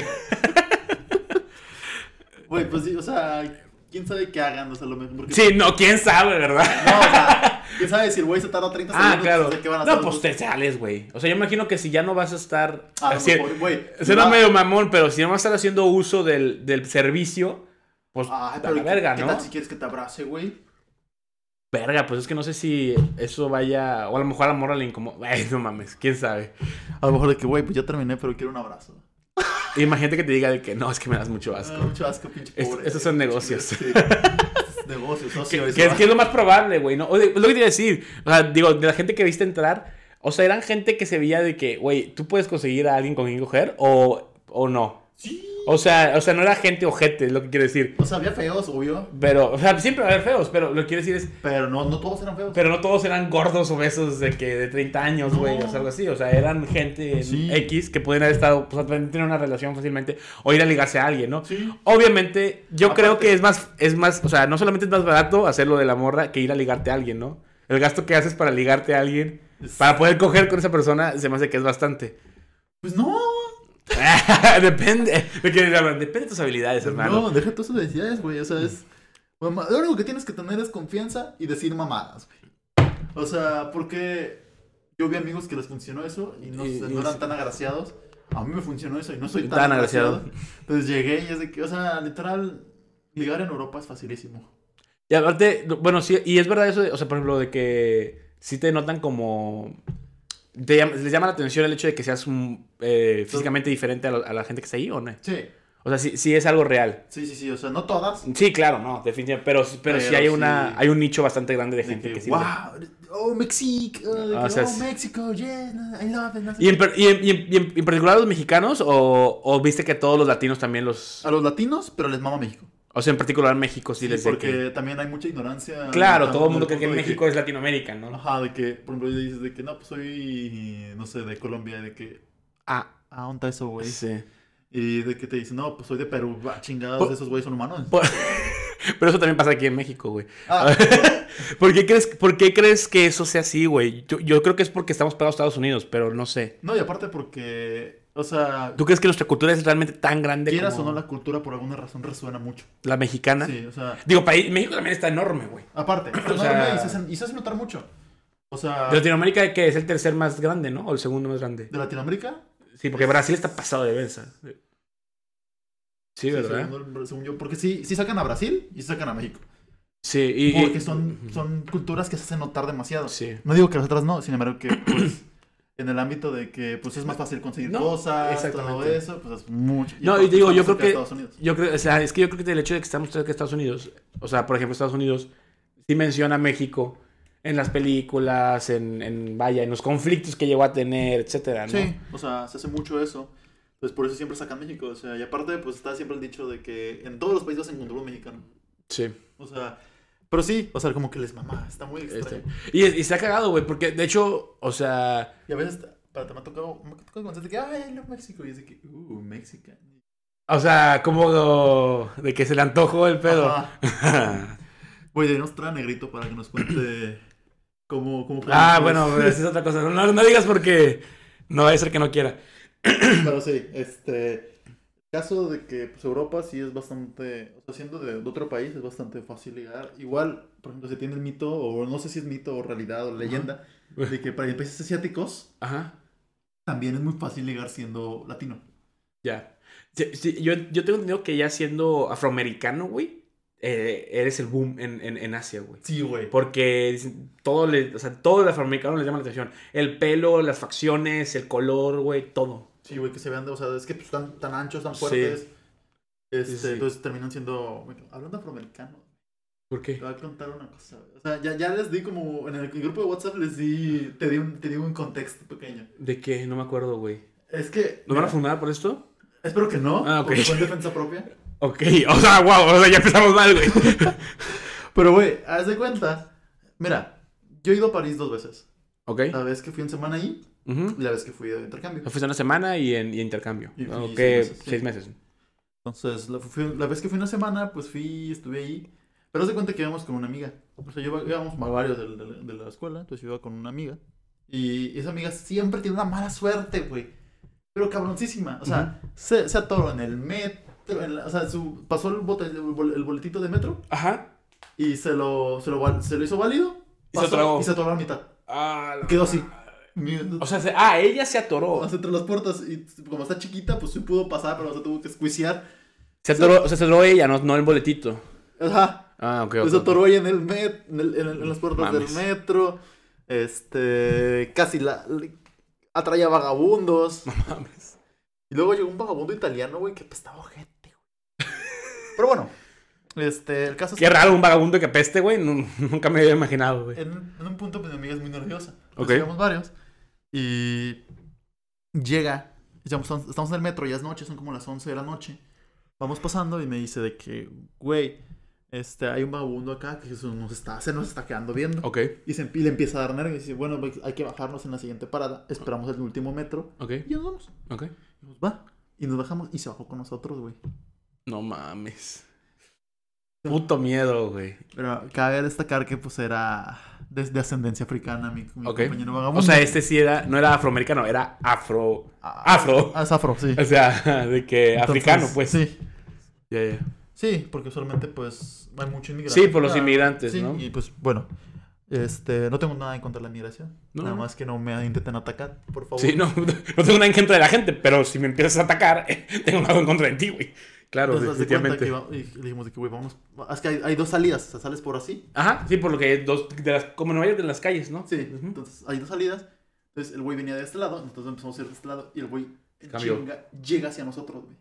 Güey, pues sí, o sea, quién sabe qué hagan, o sea, lo mejor. Porque...
Sí, no, quién sabe, ¿verdad?
No, o sea, quién sabe si el güey se tarda 30 segundos.
Claro.
¿Qué van a hacer?
No, pues te sales, güey. O sea, yo imagino que si ya no vas a estar...
Ah, no,
así-
güey.
Suena medio mamón, pero si no vas a estar haciendo uso del servicio, pues
Ay,
a
pero
la verga,
¿qué
¿no?
tal si quieres que te abrace, güey?
Verga, pues es que no sé si eso vaya... O a lo mejor a la morra le incomoda. Ay, no mames, quién sabe.
A lo mejor de que, güey, pues ya terminé, pero quiero un abrazo.
Imagínate que te diga de que no, es que me das mucho asco.
Mucho asco, pinche pobre.
Estos son negocios.
Sí. Negocios, socio.
¿Qué es lo más probable, güey? ¿No? Es lo que te iba a decir. O sea, digo, de la gente que viste entrar, o sea, eran gente que se veía de que, güey, ¿tú puedes conseguir a alguien con quien coger o no?
Sí.
O sea, no era gente ojete, es lo que quiero decir.
O sea, había feos, obvio.
Pero, o sea, siempre va a haber feos, pero lo que quiero decir es...
Pero no todos eran feos.
Pero no todos eran gordos obesos de 30 años, güey, o sea, algo así. O sea, eran gente X que pueden haber estado, pues, tener una relación fácilmente o ir a ligarse a alguien, ¿no?
Sí.
Obviamente, yo creo que es más, o sea, no solamente es más barato hacerlo de la morra que ir a ligarte a alguien, ¿no? El gasto que haces para ligarte a alguien, para poder coger con esa persona, se me hace que es bastante.
Pues no.
Depende de tus habilidades, hermano.
No, deja todas tus habilidades, güey. O sea, lo único que tienes que tener es confianza y decir mamadas, güey. O sea, porque yo vi amigos que les funcionó eso y no eran tan agraciados. A mí me funcionó eso y no soy tan agraciado. Entonces llegué y es de que, o sea, literal, ligar en Europa es facilísimo.
Y aparte, bueno, sí, y es verdad eso, o sea, por ejemplo, de que sí te notan como... ¿Les llama la atención el hecho de que seas físicamente diferente a la gente que está ahí o no?
Sí.
O sea, sí es algo real.
Sí, o sea, no todas.
Sí, claro, no, definitivamente. Pero sí hay hay un nicho bastante grande de gente que sí.
¡Wow! ¡Oh, México! México, yeah, I love it. No sé.
¿Y en particular a los mexicanos o viste que a todos los latinos también los...
A los latinos, pero les mama México.
O sea, en particular México sí les
porque también hay mucha ignorancia.
Claro, todo el mundo cree que México es Latinoamérica, ¿no?
Ajá, de que, por ejemplo, dices de que no, pues soy, no sé, de Colombia, de que... ¿dónde está eso, güey?
Sí.
Y de que te dicen, no, pues soy de Perú, chingados, esos güeyes son humanos.
Pero eso también pasa aquí en México, güey. ¿Por qué crees que eso sea así, güey? Yo creo que es porque estamos pegados a Estados Unidos, pero no sé.
No, y aparte porque, o sea...
¿Tú crees que nuestra cultura es realmente tan grande
quieras o no, la cultura por alguna razón resuena mucho?
¿La mexicana?
Sí, o sea...
Digo, México también está enorme, güey.
Aparte, está enorme y se hace notar mucho. O sea...
De Latinoamérica, que es el tercer más grande, ¿no? O el segundo más grande.
¿De Latinoamérica?
Sí, porque Brasil está pasado de versa. Sí, ¿verdad?
Según yo, porque sí sacan a Brasil y sacan a México.
Sí,
porque son culturas que se hacen notar demasiado.
Sí.
No digo que las otras no, sin embargo que, pues, en el ámbito de que, pues, es más fácil conseguir cosas, todo eso, pues, es mucho.
No, y digo, yo creo que...
o
sea, es que yo creo que el hecho de que estamos cerca de Estados Unidos, o sea, por ejemplo, Estados Unidos sí menciona a México en las películas, en los conflictos que llegó a tener, etcétera, ¿no?
Sí, o sea, se hace mucho eso. Pues por eso siempre sacan México, o sea, y aparte, pues está siempre el dicho de que en todos los países se encontró un mexicano. Sí. O sea, pero sí, o sea, como que les mamá, está muy extraño.
Y se ha cagado, güey, porque de hecho, o sea...
Y a veces, me ha tocado contar de que, I love México, y es de que, México.
O sea, como de que se le antojó el pedo.
Güey, de nos trae a Negrito para que nos cuente cómo
bueno, esa es otra cosa. No digas porque no va a ser que no quiera.
Pero sí, caso de que pues Europa sí es bastante, o sea, siendo de otro país es bastante fácil llegar. Igual, por ejemplo, se tiene el mito, o no sé si es mito o realidad o leyenda, de que para países asiáticos también es muy fácil llegar siendo latino.
Ya. Sí, yo tengo entendido que ya siendo afroamericano, güey, eres el boom en Asia, güey.
Sí, güey.
Porque todo el afroamericano les llama la atención. El pelo, las facciones, el color, güey, todo.
Sí, güey, que se vean, o sea, es que pues, están tan anchos, tan fuertes.
Sí.
Entonces terminan siendo... Hablando de afroamericano.
¿Por qué?
Te voy a contar una cosa. O sea, ya les di como... En el grupo de WhatsApp te di un contexto pequeño.
¿De qué? No me acuerdo, güey.
Es que...
¿Nos van a fundar por esto?
Espero que no.
Ok.
Porque fue en defensa propia.
Ok. O sea, wow. O sea, ya empezamos mal, güey.
Pero, güey, haz de cuenta. Mira, yo he ido a París 2 veces.
Ok.
La vez que fui en semana ahí... Y la vez que fui de intercambio.
Fuiste una semana y intercambio.
Y fui
6 meses.
Entonces, la vez que fui una semana, pues estuve ahí. Pero haz de cuenta que íbamos con una amiga. O sea, íbamos a varios de la escuela. Entonces yo iba con una amiga. Y esa amiga siempre tiene una mala suerte, güey. Pero cabroncísima. O sea, se atoró en el metro. O sea, pasó el boletito de metro.
Ajá.
Y se lo hizo válido.
Pasó,
y se atoró a la mitad. Quedó así.
O sea, ella se atoró.
O sea, entre las puertas. Y como está chiquita, pues sí pudo pasar, pero se tuvo que escuiciar.
Se atoró ella, no el boletito.
Ajá.
Ok.
Se atoró ella en las puertas del metro. Casi atraía vagabundos.
No mames.
Y luego llegó un vagabundo italiano, güey, que apestaba ojete, güey. Pero bueno, el caso es
Qué raro un vagabundo que apeste, güey. Nunca me había imaginado, güey.
en un punto, pues mi amiga es muy nerviosa.
Ok.
Llegamos varios. Y llega, estamos en el metro, ya es noche, son como las 11 de la noche. Vamos pasando y me dice de que, güey, hay un vagabundo acá que se nos está quedando viendo.
Ok.
Y le empieza a dar nervios y dice, bueno, hay que bajarnos en la siguiente parada. Esperamos el último metro.
Ok.
Y ya nos vamos.
Ok.
Y nos va. Y nos bajamos y se bajó con nosotros, güey.
No mames. Puto miedo, güey.
Pero cabe destacar que pues era de ascendencia africana, mi
Ok.
compañero vagabundo.
O sea, sí no era afroamericano, era afro.
Es afro, sí.
O sea, de que
Entonces,
africano, pues.
Sí.
Ya.
Sí, porque usualmente pues hay mucho inmigrante.
Sí, por los inmigrantes,
sí,
¿no?
Y pues bueno, no tengo nada en contra de la inmigración.
No,
Nada
no.
más que no me intenten atacar, por favor.
Sí, no tengo nada en contra de la gente, pero si me empiezas a atacar, tengo algo en contra de ti, güey. Claro,
Entonces, haz de cuenta
definitivamente.
y le dijimos de que, güey, vamos. Es que hay dos salidas, o sea, sales por así.
Ajá, sí, por lo que como no vayas de las calles, ¿no?
Sí,
Ujú.
entonces hay dos salidas. Entonces el güey venía de este lado, entonces empezamos a ir de este lado y el güey en
Cambió.
chinga llega hacia nosotros, güey.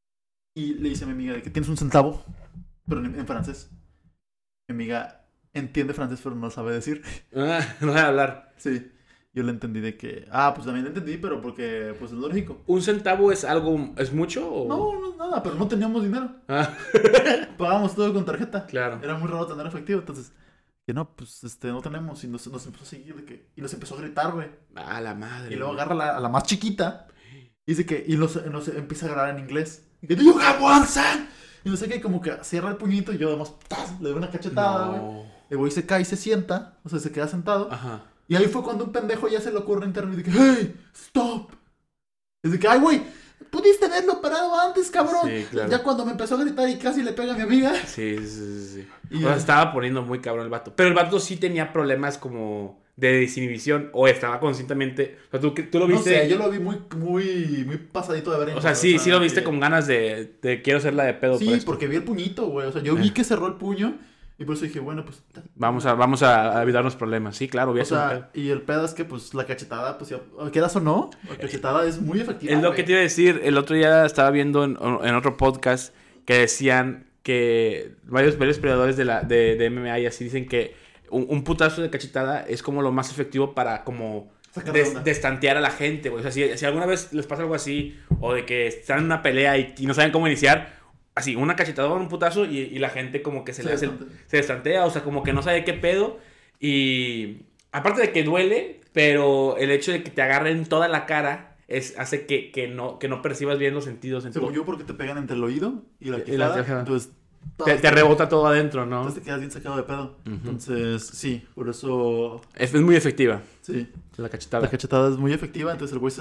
Y le dice a mi amiga de que tienes un centavo, pero en francés. Mi amiga entiende francés, pero no lo sabe decir.
Ah, no voy a hablar.
Sí. Yo le entendí de que, pues también le entendí, pero porque, pues es lógico.
¿Un centavo es algo, es mucho o...?
No, nada, pero no teníamos dinero.
Ah,
Pagábamos todo con tarjeta.
claro.
Era muy raro tener efectivo, entonces, que no, pues, no tenemos. Y nos empezó a seguir y nos empezó a gritar, güey.
Ah, la madre.
Y luego
güey.
agarra a la más chiquita y dice que, y nos empieza a grabar en inglés. Y que, you have one son. Y no sé qué, como que cierra el puñito y yo además, ¡tas! Le doy una cachetada, güey.
No.
El güey se cae y se sienta, o sea, se queda sentado.
Ajá.
Y ahí fue cuando un pendejo ya se le ocurre interno y dice, hey, stop. Es de que, ay, güey, pudiste haberlo parado antes, cabrón.
Sí, claro.
Ya cuando me empezó a gritar y casi le pega a mi amiga.
Sí.
Y
O sea, estaba poniendo muy cabrón el vato. Pero el vato sí tenía problemas como de desinhibición o estaba conscientemente... O sea, tú lo
no
viste...
sé, yo lo vi muy pasadito de ver.
O sea, sí lo viste con ganas de quiero hacerla de pedo. por
Sí,
esto.
porque vi el puñito, güey. O sea, yo vi que cerró el puño y por eso dije, bueno, pues...
Vamos a evitarnos problemas. Sí, claro, voy a
O
hacer un pedo.
sea, y el pedo es que, pues, la cachetada, pues, ya, quedas o no, la cachetada es muy efectiva,
Es lo
güey.
que te iba a decir. El otro día estaba viendo en otro podcast que decían que varios peleadores de MMA y así dicen que un putazo de cachetada es como lo más efectivo para como
Sacar de onda.
destantear a la gente, güey. O sea, si alguna vez les pasa algo así o de que están en una pelea y no saben cómo iniciar, así, una cachetada o un putazo y la gente como que se destantea, o sea, como que no sabe qué pedo. Y aparte de que duele, pero el hecho de que te agarren toda la cara hace que no percibas bien los sentidos.
Según yo, porque te pegan entre el oído y la
Y la
quijada,
quijada.
entonces...
Te rebota todo adentro, ¿no?
Entonces te quedas bien sacado de pedo.
Ujú.
Entonces, sí, por eso...
Es muy efectiva,
Sí,
la cachetada.
la cachetada es muy efectiva. Entonces el güey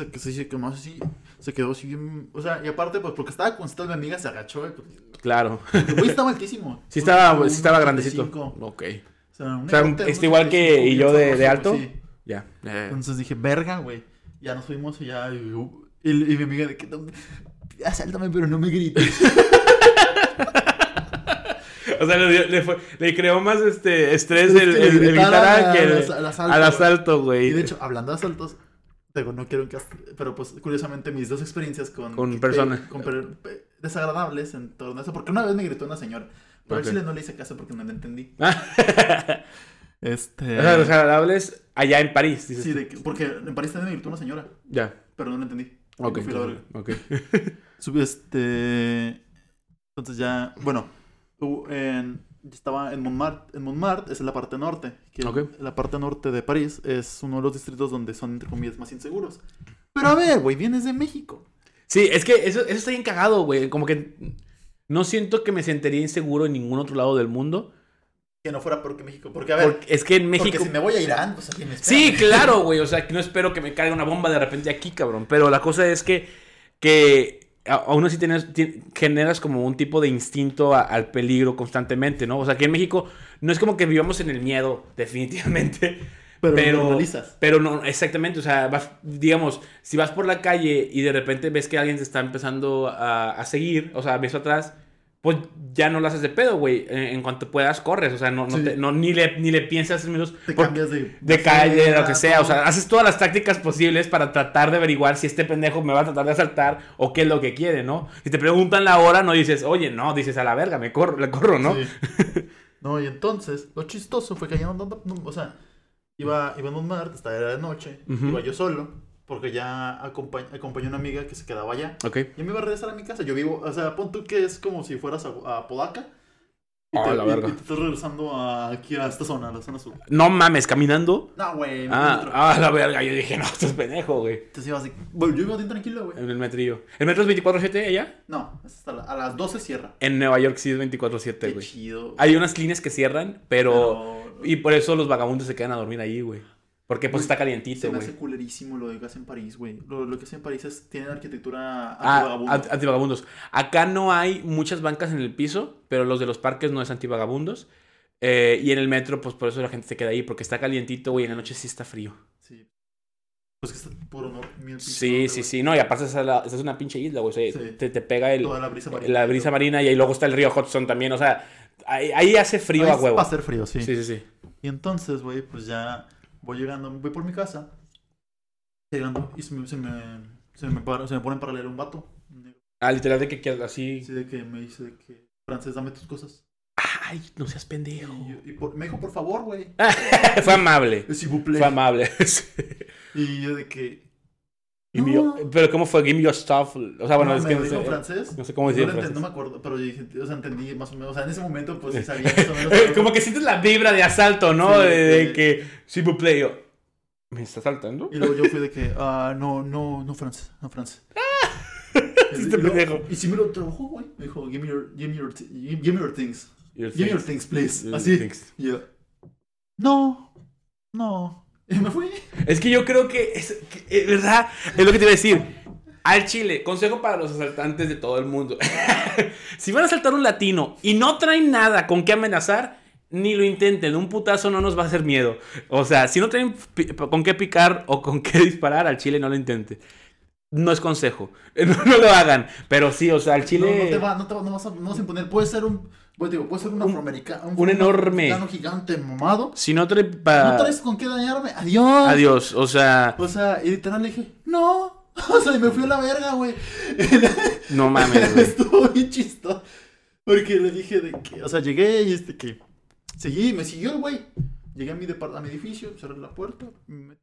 se quedó así bien... O sea, y aparte, pues, porque estaba con mi amiga, se agachó. Y, pues,
Claro.
el güey estaba altísimo.
Sí estaba
Un
grandecito.
85.
Ok.
O sea,
O sea, igual que y yo de alto.
Sí.
Ya.
Entonces dije, verga, güey. Ya nos fuimos y ya... Y mi amiga de que... Asáltame, pero no me grites.
O sea, le creó más estrés el
que le gritara
gritar que
al
asalto, güey.
Y de hecho, hablando de asaltos, digo, no quiero pero pues curiosamente mis dos experiencias con
personas
desagradables en torno a eso, porque una vez me gritó una señora, pero
Ok.
al chile no le hice caso porque no la entendí.
O sea, desagradables allá en París, dices.
Sí,
tú.
porque en París también me gritó una señora,
Ya.
pero no la entendí.
Ok.
Me fui a la verga.
Ok.
Subí entonces ya, bueno, estaba en Montmartre, esa es la parte norte. Que
Ok.
la parte norte de París es uno de los distritos donde son, entre comillas, más inseguros. Pero a ver, güey, vienes de México.
Sí, es que eso está bien cagado, güey. Como que no siento que me sentiría inseguro en ningún otro lado del mundo.
Que no fuera porque México. Porque, a ver,
Porque es que en México...
porque si me voy a Irán, pues aquí me espera.
Sí, claro, güey. O sea, que no espero que me caiga una bomba de repente aquí, cabrón. Pero la cosa es que aún así generas como un tipo de instinto al peligro constantemente, ¿no? O sea, que en México no es como que vivamos en el miedo, definitivamente.
Pero lo normalizas.
Pero no, exactamente. O sea, digamos, si vas por la calle y de repente ves que alguien te está empezando a seguir, o sea, ves atrás, pues ya no lo haces de pedo, güey. En cuanto puedas, corres. O sea,
Sí.
ni le piensas 3 minutos.
Te cambias
De calle, de lo que sea. O sea,
todo.
haces todas las tácticas posibles para tratar de averiguar si este pendejo me va a tratar de asaltar o qué es lo que quiere, ¿no? Si te preguntan la hora, no dices, oye, no, dices a la verga, le corro, ¿no?
Sí. No, y entonces, lo chistoso fue que ya no, o sea, iba en un mar, hasta era de noche,
Ujú.
iba yo solo, porque ya acompañé a una amiga que se quedaba allá.
Ok.
Y me iba a regresar a mi casa. Yo vivo, o sea, pon tú que es como si fueras a Podaca. Y
Ah, la verga.
y te estás regresando aquí a esta zona, a la zona sur.
No mames, caminando.
No, güey. En el metro.
La verga. Yo dije, no, esto es pendejo, güey.
Entonces iba así. Bueno, yo iba bien tranquilo, güey.
En el metrillo. ¿El metro es 24/7 allá?
No, es hasta a las 12 cierra.
En Nueva York sí es 24/7,
Qué
güey.
chido.
Hay unas líneas que cierran, pero...
Pero-
Y por eso los vagabundos se quedan a dormir ahí, güey. Porque pues
Güey,
está
Se
calientito,
me
güey.
hace culerísimo lo que hacen en París, güey. Lo que hacen en París es, tienen arquitectura
Ah,
antivagabundo.
antivagabundos. Acá no hay muchas bancas en el piso, pero los de los parques no es antivagabundos. Y en el metro, pues por eso la gente se queda ahí, porque está calientito, güey. En la noche sí está frío.
Sí. Pues que está puro miel
Sí, sí, sí. No, y aparte esa es una pinche isla, güey. O sea,
Sí.
te pega
Toda la brisa marina.
la brisa marina y ahí luego está el río Hudson también. O sea, ahí hace frío a huevo.
Va a ser frío, sí.
Sí, sí, sí.
Y entonces, güey, pues ya voy llegando, voy por mi casa. Llegando y se me pone en paralelo un vato.
Ah, literal de que así...
Así de que me dice de que, Francés, dame tus cosas.
Ay, no seas pendejo.
Me dijo, por favor, güey.
Fue amable.
S'il vous plaît.
Fue amable.
Y yo de que...
Give me
No.
pero ¿cómo fue? Give me your stuff. O sea, bueno,
No,
es
me
que
lo
no
dijo en
sé.
francés.
No sé cómo decir en
No,
francés.
no me acuerdo, pero yo dije, o sea, entendí más o menos. O sea, en ese momento, pues sí sabía más o menos.
Como que sientes la vibra de asalto, ¿no?
Sí,
de que, s'il vous plaît, yo, ¿me está asaltando?
Y luego yo fui de que, no francés, no francés.
Sí, este pendejo.
Y sí me lo trabajó, güey. Me dijo, give me your things.
Your
Give me your
things.
things, please.
Your
Así.
things.
Y yo, no. Y me fui.
Es que yo creo que es verdad, es lo que te iba a decir. Al Chile, consejo para los asaltantes de todo el mundo. Si van a asaltar un latino y no traen nada con qué amenazar, ni lo intenten. Un putazo no nos va a hacer miedo. O sea, si no traen con qué picar o con qué disparar, al Chile no lo intenten. No es consejo. No lo hagan. Pero sí, o sea, al Chile...
No vas a imponer. Puede ser un afroamericano.
Un enorme.
Un gigante mamado.
Si no traen
No traes con qué dañarme. Adiós.
Adiós, o sea...
O sea, y literal le dije, no. O sea, y me fui a la verga, güey.
No mames, güey.
Estuvo bien chistoso. Porque le dije de que, o sea, llegué y me siguió el güey. Llegué a mi edificio, cerré la puerta, me metí.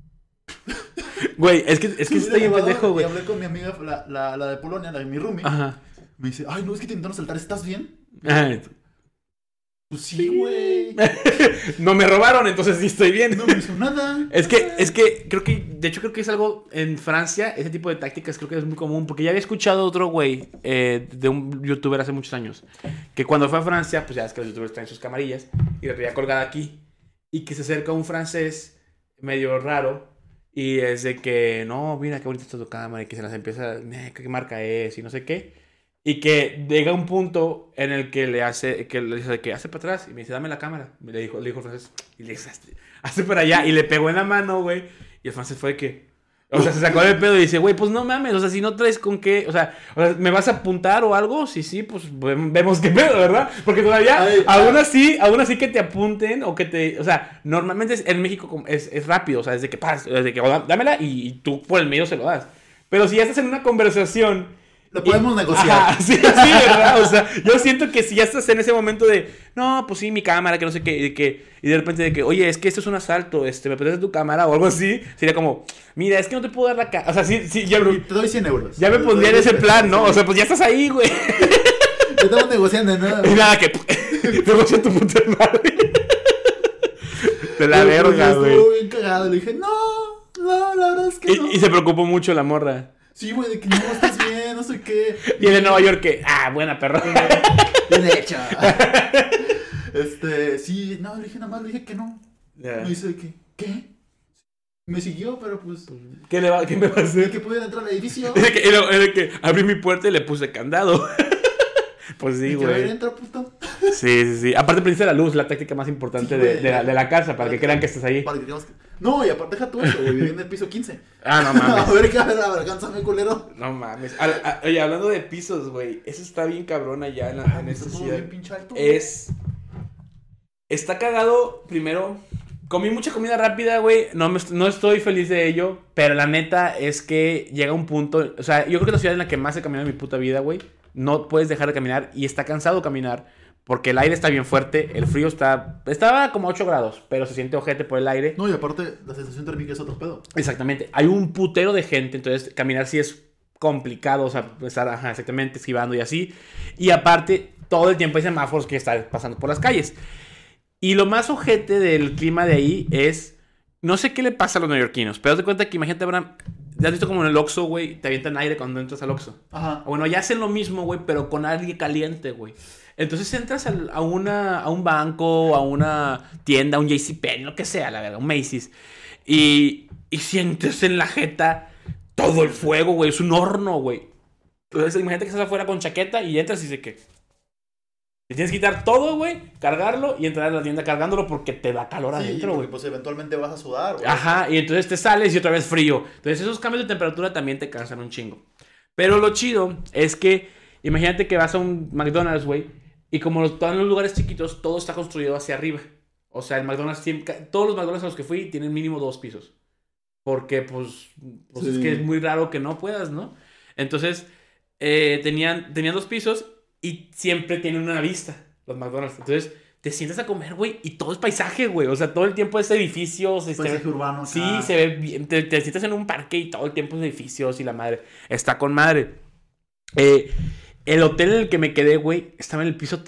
Güey, es que está bien pendejo,
Y
güey.
hablé con mi amiga, la de Polonia, mi roomie.
Ajá.
Me dice, ay, no, es que te intentaron saltar, ¿estás bien?
Ay,
Pues sí, güey.
no me robaron, entonces sí estoy bien.
No me hizo nada.
Es que creo que es algo en Francia, ese tipo de tácticas creo que es muy común, porque ya había escuchado otro güey de un youtuber hace muchos años, que cuando fue a Francia, pues ya es que los youtubers traen sus camarillas y la traía colgada aquí, y que se acerca un francés medio raro y es de que, no, mira qué bonita está tu cámara, y que se las empieza, qué marca es y no sé qué. Y que llega un punto en el que le dice que hace para atrás y me dice, dame la cámara. Le dijo el francés. Y le dice, hace para allá. Y le pegó en la mano, güey. Y el francés fue de que... O sea, se sacó del pedo y dice, güey, pues no mames. O sea, si no traes con qué... O sea, ¿me vas a apuntar o algo? Sí, pues vemos qué pedo, ¿verdad? Porque todavía, aún así que te apunten o que te... O sea, normalmente en México es rápido. O sea, desde que dámela y tú por el medio se lo das. Pero si ya estás en una conversación...
Lo podemos negociar.
Ajá, sí, ¿verdad? O sea, yo siento que si ya estás en ese momento de, no, pues sí, mi cámara, que no sé qué, y de repente de que, oye, es que esto es un asalto, ¿me prestas tu cámara o algo así? Sería como, mira, es que no te puedo dar la cámara. O sea, sí, ya,
Te doy 100 euros.
ya me pondría en ese plan, ¿no? O sea, pues ya estás ahí, güey.
Estamos negociando, ¿no?
Y nada, que, negocia tu puta madre. De la verga, güey.
Estuvo bien cagado. Le dije, no, la verdad es que no.
Y se preocupó mucho la morra.
Sí, güey, de que no estás bien, no sé qué.
Y el de Nueva York que, buena perra.
Bien hecho. Sí, no, le dije nada más, le dije que no.
Yeah.
Me dice que, ¿qué? Me siguió, pero pues,
¿Qué me va a
de
hacer?
que pudiera entrar al edificio.
Es de que abrí mi puerta y le puse candado. Pues sí,
Y que, a ver,
güey.
entra, puto.
Sí. Aparte prendiste la luz, la táctica más importante
Sí, güey.
de la casa, para que crean que estás ahí.
Para que creamos No, y aparte deja tú eso, güey. Viví en el piso 15.
Ah, no mames.
A ver, alcánzame, culero.
No mames. Oye, hablando de pisos, güey. Eso está bien cabrón allá en esta
Está todo
ciudad.
bien pinche alto.
Está cagado, primero. Comí mucha comida rápida, güey. No estoy feliz de ello. Pero la neta es que llega un punto. O sea, yo creo que es la ciudad en la que más he caminado en mi puta vida, güey. No puedes dejar de caminar y está cansado caminar. Porque el aire está bien fuerte. El frío estaba como a 8 grados. Pero se siente ojete por el aire.
No, y aparte, la sensación térmica es otro pedo.
Exactamente. Hay un putero de gente. Entonces, caminar sí es complicado. O sea, estar exactamente esquivando y así. Y aparte, todo el tiempo hay semáforos que están pasando por las calles. Y lo más ojete del clima de ahí es... No sé qué le pasa a los neoyorquinos, pero haz de cuenta que imagínate, Abraham... ¿Ya has visto como en el Oxxo, güey? Te avientan aire cuando entras al Oxxo.
Ajá.
Bueno, ya hacen lo mismo, güey, pero con aire caliente, güey. Entonces entras a un banco, a una tienda, a un JCPenney, lo que sea, la verdad, un Macy's. Y sientes en la jeta todo el fuego, güey. Es un horno, güey. Entonces imagínate que estás afuera con chaqueta y entras y dice que... Te tienes que quitar todo, güey, cargarlo y entrar a la tienda cargándolo porque te da calor adentro, güey.
Pues eventualmente vas a sudar, güey.
Ajá, y entonces te sales y otra vez frío. Entonces esos cambios de temperatura también te cansan un chingo. Pero lo chido es que, imagínate que vas a un McDonald's, güey, y como todos los lugares chiquitos, todo está construido hacia arriba. O sea, el McDonald's, todos los McDonald's a los que fui tienen mínimo 2 pisos. Porque, pues sí. Es que es muy raro que no puedas, ¿no? Entonces, tenían 2 pisos. Y siempre tienen una vista, los McDonald's. Entonces, te sientas a comer, güey, y todo es paisaje, güey. O sea, todo el tiempo es edificios.
Paisaje urbano.
Sí, se ve bien. Te sientas en un parque y todo el tiempo es edificios y la madre. Está con madre. El hotel en el que me quedé, güey, estaba en el piso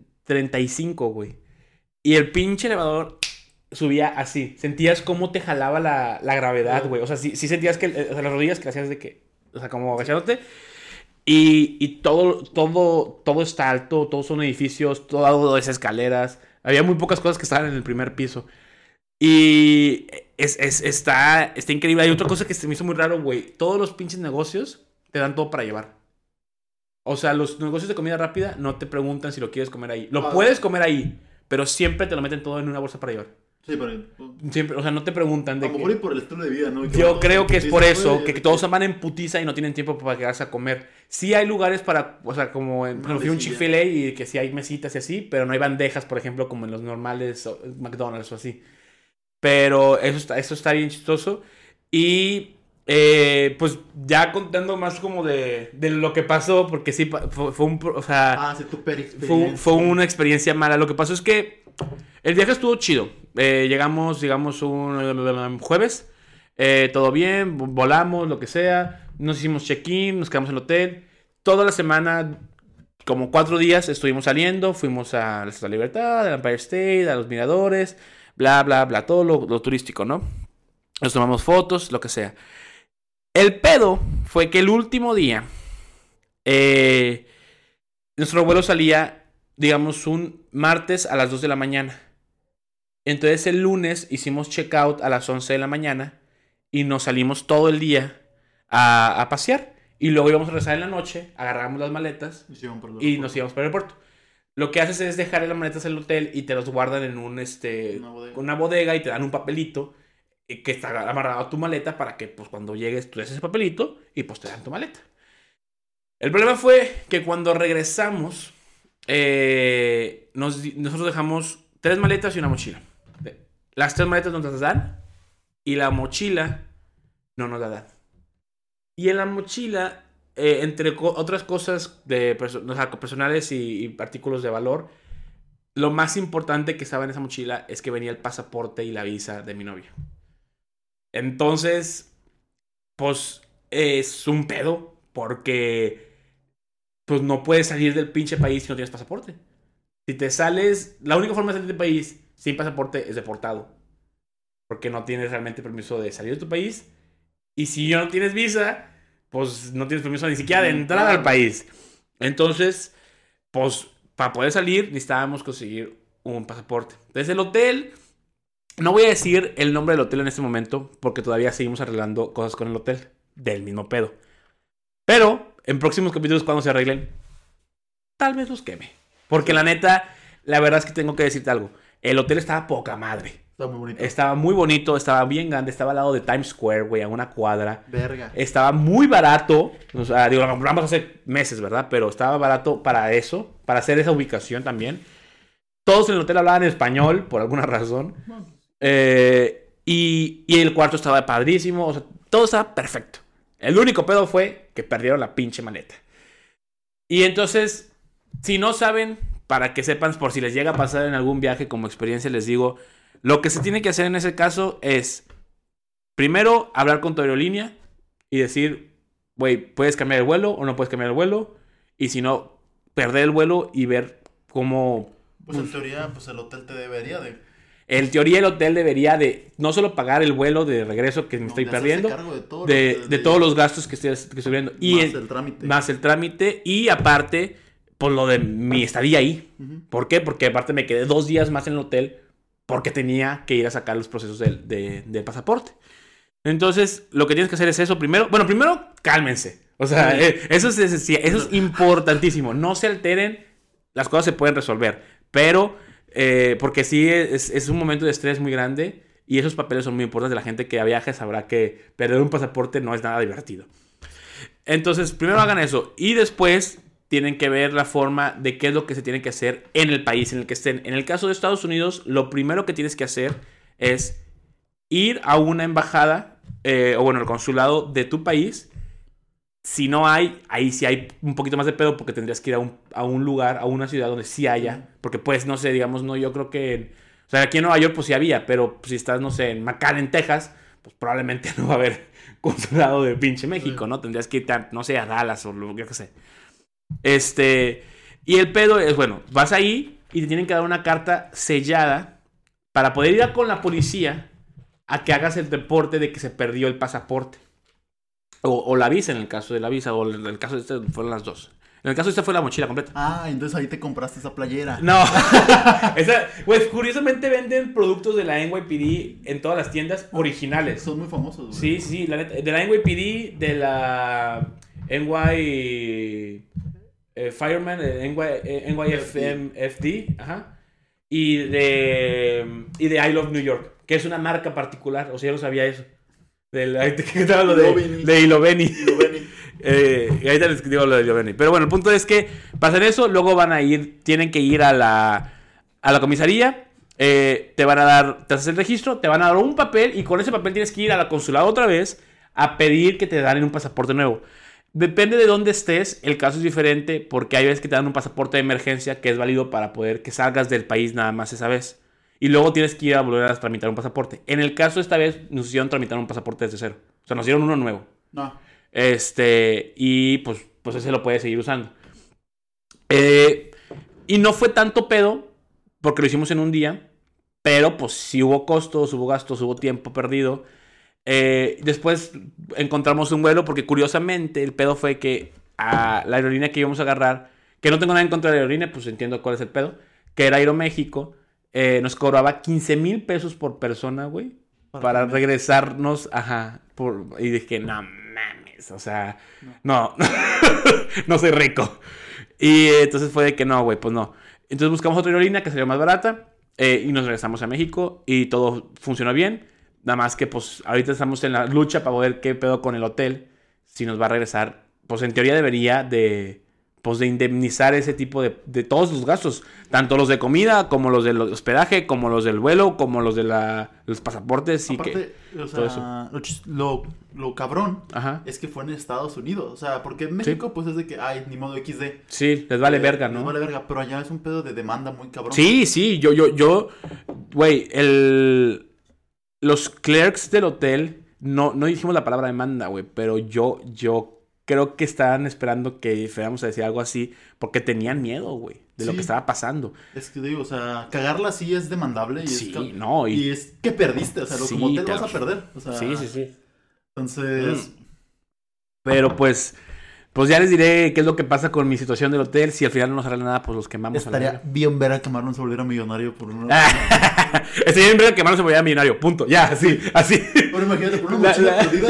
35, güey. Y el pinche elevador subía así. Sentías cómo te jalaba la gravedad, güey. O sea, sí sentías que las rodillas que hacías de que... O sea, como agachándote... Y todo está alto, todos son edificios, todo es escaleras. Había muy pocas cosas que estaban en el primer piso. Y está increíble. Hay otra cosa que se me hizo muy raro, güey. Todos los pinches negocios te dan todo para llevar. O sea, los negocios de comida rápida no te preguntan si lo quieres comer ahí. Lo puedes comer ahí, pero siempre te lo meten todo en una bolsa para llevar.
Sí, pero...
Siempre, o sea, no te preguntan de
a lo mejor y por el estilo de vida, ¿no?
Yo creo que es por eso, que todos van en putiza y no tienen tiempo para quedarse a comer. Sí hay lugares para, o sea, como en fui a un Chick-fil-A y que sí hay mesitas y así, pero no hay bandejas, por ejemplo, como en los normales McDonald's o así. Pero eso está bien chistoso. Y pues ya contando más como de lo que pasó, porque sí fue un... O sea, fue una experiencia mala. Lo que pasó es que el viaje estuvo chido. Llegamos un jueves. Todo bien, volamos, lo que sea. Nos hicimos check-in, nos quedamos en el hotel. Toda la semana, como 4 días, estuvimos saliendo. Fuimos a la Estatua de Libertad, al Empire State, a los miradores, bla, bla, bla. Todo lo turístico, ¿no? Nos tomamos fotos, lo que sea. El pedo fue que el último día, nuestro vuelo salía, digamos, un martes a las 2 de la mañana. Entonces el lunes hicimos checkout a las 11 de la mañana y nos salimos todo el día a pasear. Y luego íbamos a regresar en la noche, agarramos las maletas y nos íbamos para el aeropuerto. Lo que haces es dejar las maletas en el hotel y te los guardan en una bodega y te dan un papelito que está amarrado a tu maleta para que pues cuando llegues tú des ese papelito y pues te dan tu maleta. El problema fue que cuando regresamos nosotros dejamos 3 maletas y una mochila. Las 3 maletas nos las dan y la mochila no nos la dan. Y en la mochila, entre otras cosas personales y artículos de valor, lo más importante que estaba en esa mochila es que venía el pasaporte y la visa de mi novia. Entonces, pues es un pedo porque pues no puedes salir del pinche país si no tienes pasaporte. Si te sales, la única forma de salir del país sin pasaporte es deportado. Porque no tienes realmente permiso de salir de tu país. Y si no tienes visa, pues no tienes permiso ni siquiera de entrar al país. Entonces, pues para poder salir necesitábamos conseguir un pasaporte. Entonces el hotel, no voy a decir el nombre del hotel en este momento, porque todavía seguimos arreglando cosas con el hotel, del mismo pedo. Pero en próximos capítulos cuando se arreglen, tal vez los queme. Porque la neta, la verdad es que tengo que decirte algo. El hotel estaba poca madre.
Está muy bonito.
Estaba muy bonito, estaba bien grande, estaba al lado de Times Square, güey, a una cuadra.
Verga.
Estaba muy barato, o sea, digo, lo compramos hace meses, ¿verdad? Pero estaba barato para eso, para hacer esa ubicación también. Todos en el hotel hablaban español, por alguna razón. Y el cuarto estaba padrísimo, o sea, todo estaba perfecto. El único pedo fue que perdieron la pinche maleta. Y entonces, si no saben, para que sepan, por si les llega a pasar en algún viaje como experiencia, les digo, lo que se tiene que hacer en ese caso es, primero, hablar con tu aerolínea y decir, güey, ¿puedes cambiar el vuelo o no puedes cambiar el vuelo? Y si no, perder el vuelo y ver cómo...
Pues en teoría, pues el hotel te debería de...
En teoría el hotel debería de no solo pagar el vuelo de regreso que me estoy perdiendo, de todos los gastos que estoy viendo. Más el trámite y aparte, por lo de mi estadía ahí. Uh-huh. ¿Por qué? Porque aparte me quedé 2 días más en el hotel porque tenía que ir a sacar los procesos del pasaporte. Entonces, lo que tienes que hacer es eso primero. Bueno, primero, cálmense. O sea, eso es importantísimo. No se alteren, las cosas se pueden resolver. Pero... porque sí es un momento de estrés muy grande y esos papeles son muy importantes. La gente que viaja sabrá que perder un pasaporte no es nada divertido. Entonces, primero hagan eso y después tienen que ver la forma de qué es lo que se tiene que hacer en el país en el que estén. En el caso de Estados Unidos, lo primero que tienes que hacer es ir a una embajada o bueno, el consulado de tu país. Si no hay, ahí sí hay un poquito más de pedo porque tendrías que ir a un lugar, a una ciudad donde sí haya. Porque pues, no sé, digamos, no, yo creo que... O sea, aquí en Nueva York pues sí había, pero si estás, no sé, en McAllen, Texas, pues probablemente no va a haber consulado de pinche México, ¿no? Tendrías que ir, no sé, a Dallas o lo que sé. Y el pedo es, bueno, vas ahí y te tienen que dar una carta sellada para poder ir con la policía a que hagas el reporte de que se perdió el pasaporte. O la visa en el caso de la visa, o en el caso de este fueron las dos. En el caso de este fue la mochila completa.
Ah, entonces ahí te compraste esa playera.
No. Pues curiosamente venden productos de la NYPD en todas las tiendas originales.
Son muy famosos, güey.
Sí, la neta. De la NYPD, de la Fireman, NYFD, ajá. Y de I Love New York, que es una marca particular. O sea, yo no sabía eso. ¿Qué tal lo de Iloveni? Y ahorita les digo lo de Iloveni. Pero bueno, el punto es que pasan eso, luego tienen que ir a la comisaría, te haces el registro, te van a dar un papel y con ese papel tienes que ir a la consulado otra vez a pedir que te den un pasaporte nuevo. Depende de dónde estés, el caso es diferente porque hay veces que te dan un pasaporte de emergencia que es válido para poder que salgas del país nada más esa vez. Y luego tienes que ir a volver a tramitar un pasaporte. En el caso esta vez nos hicieron tramitar un pasaporte desde cero. O sea, nos dieron uno nuevo.
No.
Y pues ese lo puedes seguir usando. Y no fue tanto pedo, porque lo hicimos en un día. Pero pues sí hubo costos, hubo gastos, hubo tiempo perdido. Después encontramos un vuelo, porque curiosamente el pedo fue que a la aerolínea que íbamos a agarrar, que no tengo nada en contra de la aerolínea, pues entiendo cuál es el pedo, que era Aeroméxico. Nos cobraba 15,000 pesos por persona, güey. Para regresarnos, ajá. Y dije, no mames, o sea, no soy rico. Y entonces fue de que no, güey, pues no. Entonces buscamos otra aerolínea que salió más barata y nos regresamos a México y todo funcionó bien. Nada más que, pues, ahorita estamos en la lucha para ver qué pedo con el hotel. Si nos va a regresar, pues en teoría debería de indemnizar ese tipo de todos los gastos, tanto los de comida, como los del hospedaje, como los del vuelo, como los de los pasaportes.
Aparte, o sea, lo cabrón,
ajá,
es que fue en Estados Unidos. O sea, porque en México, pues es de que, ay, ni modo XD.
Sí, les vale verga, ¿no?
Les vale verga, pero allá es un pedo de demanda muy cabrón.
Sí, güey, los clerks del hotel, no dijimos la palabra demanda, güey, pero yo creo que estaban esperando que fuéramos a decir algo así porque tenían miedo, güey, de lo que estaba pasando.
Es que digo, o sea, cagarla sí es demandable y
sí,
y es que perdiste, o sea, como hotel vas a perder. O sea,
sí.
Entonces...
Pero pues ya les diré qué es lo que pasa con mi situación del hotel. Si al final no nos sale nada, pues los quemamos.
Estaría bien ver a que Marlon se volviera millonario por una...
Estaría bien ver a que Marlon se volviera millonario, punto. Ya, así.
Pero imagínate, por una mochila perdida,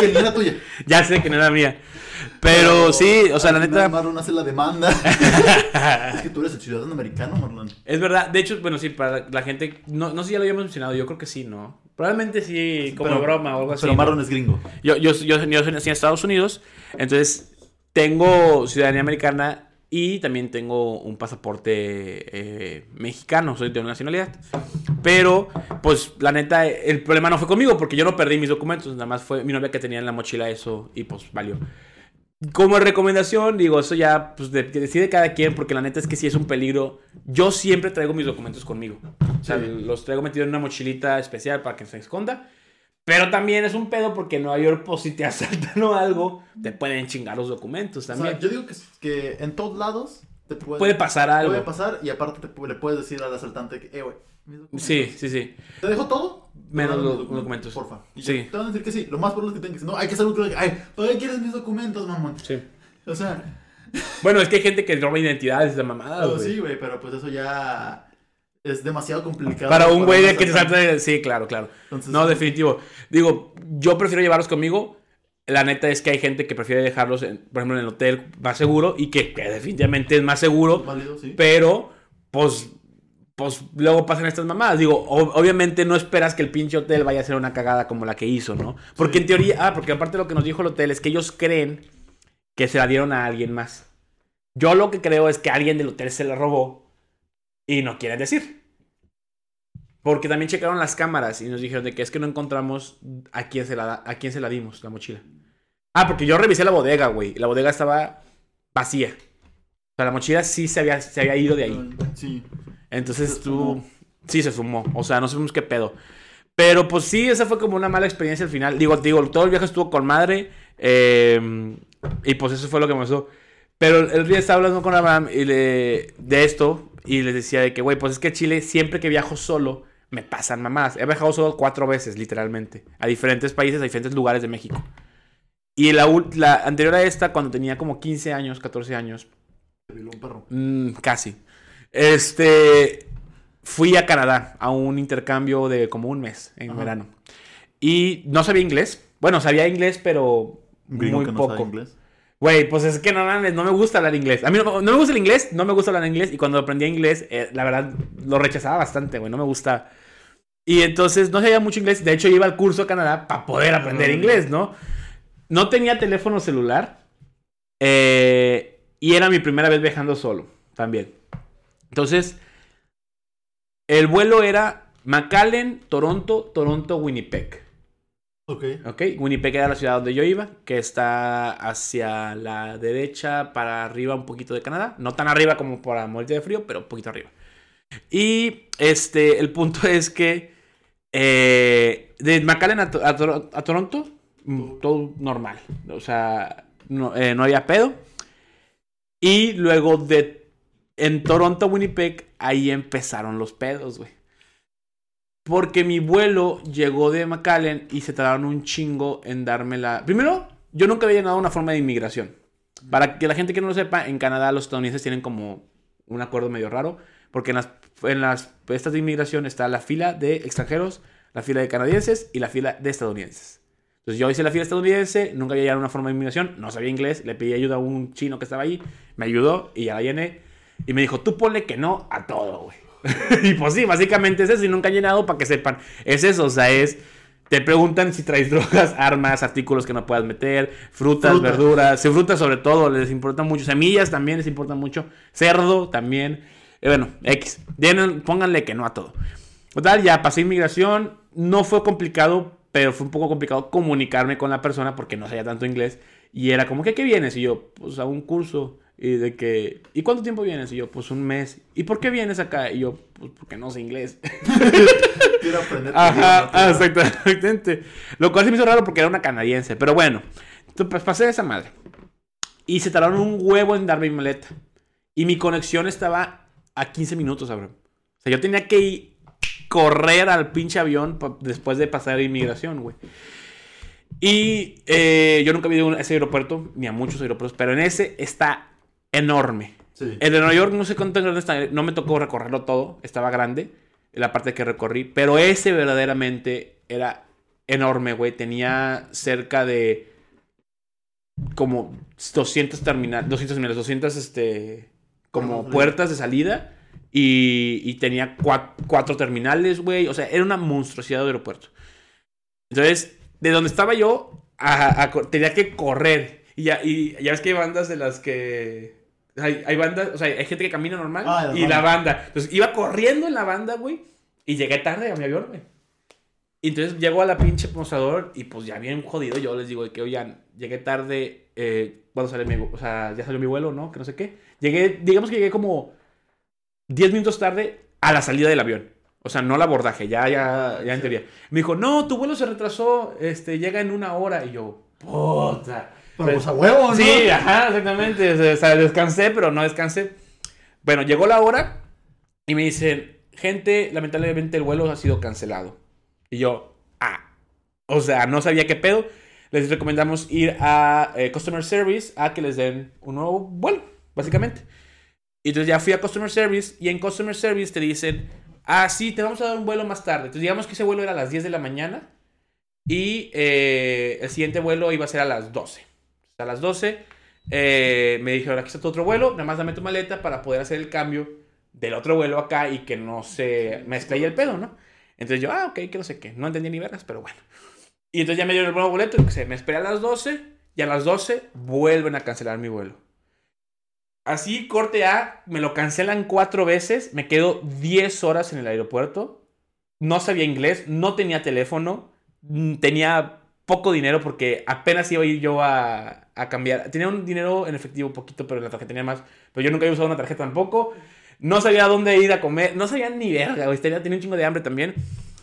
que ni era tuya.
Ya sé que no era mía. Pero sí, o sea, la neta...
Marlon hace la demanda. Es que tú eres el ciudadano americano, Marlon.
Es verdad, de hecho, bueno, sí, para la gente... No sé si ya lo habíamos mencionado, yo creo que sí, ¿no? Probablemente sí, como broma o algo así.
Pero Marlon
¿no?
Es gringo.
Yo nací en Estados Unidos, entonces tengo ciudadanía americana y también tengo un pasaporte mexicano, soy de una nacionalidad. Pero, pues, la neta, el problema no fue conmigo porque yo no perdí mis documentos, nada más fue mi novia que tenía en la mochila eso y pues valió. Como recomendación, digo, eso ya pues decide cada quien, porque la neta es que sí es un peligro. Yo siempre traigo mis documentos conmigo. O sea, los traigo metidos en una mochilita especial para que se esconda. Pero también es un pedo porque en Nueva York, pues si te asaltan o algo, te pueden chingar los documentos también.
O sea, yo digo que en todos lados te
puede pasar algo.
Puede pasar y aparte le puedes decir al asaltante que, güey,
sí.
¿Te dejo todo?
Menos los documentos.
Porfa. Y
sí.
Te van a decir que sí. Lo más probable es que tengan que decir, no, hay que hacer un creo. Ay, ¿para qué quieres mis documentos, mamón?
Sí.
O sea...
Bueno, es que hay gente que roba identidades de mamadas, güey.
Sí, güey, pero pues eso ya... Es demasiado complicado.
Para un güey de que te salta... Sí, claro. Entonces, no, definitivo. Digo, yo prefiero llevarlos conmigo. La neta es que hay gente que prefiere dejarlos, por ejemplo, en el hotel más seguro. Y que definitivamente es más seguro.
Válido, sí.
Pero, pues luego pasan estas mamadas. Digo, obviamente no esperas que el pinche hotel vaya a hacer una cagada como la que hizo, ¿no? Porque en teoría... porque aparte lo que nos dijo el hotel es que ellos creen que se la dieron a alguien más. Yo lo que creo es que alguien del hotel se la robó y no quieren decir. Porque también checaron las cámaras y nos dijeron de que es que no encontramos a quién se la dimos, la mochila. Porque yo revisé la bodega, güey. La bodega estaba vacía. O sea, la mochila sí se había ido de ahí.
Sí.
Entonces sí se sumó. O sea, no sabemos qué pedo. Pero pues sí, esa fue como una mala experiencia al final. Digo, todo el viaje estuvo con madre. Y pues eso fue lo que me pasó. Pero el día estaba hablando con Abraham de esto. Y les decía de que, güey, pues es que Chile, siempre que viajo solo, me pasan mamadas. He viajado solo 4 veces, literalmente. A diferentes países, a diferentes lugares de México. Y la anterior a esta, cuando tenía como 15 años, 14 años.
¿Te violó un perro?
Casi. Fui a Canadá a un intercambio de como un mes en verano. Y no sabía inglés. Bueno, sabía inglés, pero muy
que no
poco.
sabe inglés.
Güey, pues es que no me gusta hablar inglés. A mí no me gusta el inglés, no me gusta hablar inglés. Y cuando aprendí inglés, la verdad, lo rechazaba bastante, güey. No me gusta. Y entonces no sabía mucho inglés. De hecho, iba al curso a Canadá para poder aprender inglés, ¿no? No tenía teléfono celular. Y era mi primera vez viajando solo, también. Entonces, el vuelo era McAllen, Toronto, Winnipeg. Ok, Winnipeg era la ciudad donde yo iba, que está hacia la derecha, para arriba un poquito de Canadá. No tan arriba como para morirte de frío, pero un poquito arriba. Y el punto es que de McAllen a Toronto, todo normal. O sea, no había pedo. Y luego en Toronto, Winnipeg, ahí empezaron los pedos, güey. Porque mi vuelo llegó de McAllen y se tardaron un chingo en darme la... Primero, yo nunca había llenado una forma de inmigración. Para que la gente que no lo sepa, en Canadá los estadounidenses tienen como un acuerdo medio raro. Porque en las estas de inmigración está la fila de extranjeros, la fila de canadienses y la fila de estadounidenses. Entonces yo hice la fila estadounidense, nunca había llenado una forma de inmigración, no sabía inglés, le pedí ayuda a un chino que estaba ahí, me ayudó y ya la llené. Y me dijo, tú ponle que no a todo, güey. Y pues sí, básicamente es eso, y nunca han llenado para que sepan. Es eso, o sea, te preguntan si traes drogas, armas, artículos que no puedas meter, frutas, verduras, frutas sobre todo, les importa mucho, semillas también les importa mucho, cerdo también, bueno, X, pónganle que no a todo. Total, ya pasé inmigración, no fue complicado, pero fue un poco complicado comunicarme con la persona porque no sabía tanto inglés, y era como que, ¿qué vienes? Y yo, pues a un curso. ¿Y cuánto tiempo vienes? Y yo, pues un mes. ¿Y por qué vienes acá? Y yo, pues porque no sé inglés.
Quiero aprender.
Ajá, exactamente. Lo cual se me hizo raro porque era una canadiense. Pero bueno, entonces, pues pasé de esa madre. Y se tardaron un huevo en darme mi maleta. Y mi conexión estaba a 15 minutos, Abraham. O sea, yo tenía que correr al pinche avión después de pasar inmigración, güey. Y yo nunca había ido a ese aeropuerto, ni a muchos aeropuertos, pero en ese está enorme. Sí. El de Nueva York no sé cuánto grande está, no me tocó recorrerlo todo, estaba grande, la parte que recorrí, pero ese verdaderamente era enorme, güey. Tenía cerca de como 200 terminales, 200 como puertas de salida. Y tenía 4 terminales, güey. O sea, era una monstruosidad de aeropuerto. Entonces, de donde estaba yo, tenía que correr. Y ya ves que hay bandas de las que... Hay bandas, o sea, hay gente que camina normal y la banda. Entonces, iba corriendo en la banda, güey. Y llegué tarde a mi avión, güey. Y entonces llego a la pinche mostrador y pues ya bien jodido. Yo les digo que, oigan, llegué tarde. ¿Cuándo sale mi... O sea, ya salió mi vuelo, ¿no? Que no sé qué. Digamos que llegué como 10 minutos tarde a la salida del avión. O sea, no el abordaje, ya en teoría. Me dijo, no, tu vuelo se retrasó, llega en 1 hora. Y yo, puta.
Pero pues a huevo, ¿no?
Sí, ajá, exactamente. O sea, descansé, pero no descansé. Bueno, llegó la hora y me dicen, gente, lamentablemente el vuelo ha sido cancelado. Y yo, o sea, no sabía qué pedo. Les recomendamos ir a Customer Service a que les den un nuevo vuelo, básicamente. Y entonces ya fui a Customer Service y en Customer Service te dicen, sí, te vamos a dar un vuelo más tarde. Entonces digamos que ese vuelo era a las 10 de la mañana y el siguiente vuelo iba a ser a las 12. A las 12 me dijeron, aquí está tu otro vuelo, nada más dame tu maleta para poder hacer el cambio del otro vuelo acá y que no se mezcle ahí el pedo, ¿no? Entonces yo, ok, que no sé qué. No entendí ni vergas, pero bueno. Y entonces ya me dieron el nuevo boleto. Me esperé a las 12 y a las 12 vuelven a cancelar mi vuelo. Así, corte A, me lo cancelan 4 veces. Me quedo 10 horas en el aeropuerto. No sabía inglés, no tenía teléfono. Tenía poco dinero porque apenas iba a ir yo a cambiar. Tenía un dinero en efectivo poquito, pero en la tarjeta tenía más. Pero yo nunca había usado una tarjeta tampoco. No sabía dónde ir a comer. No sabía ni verga, güey. Tenía un chingo de hambre también.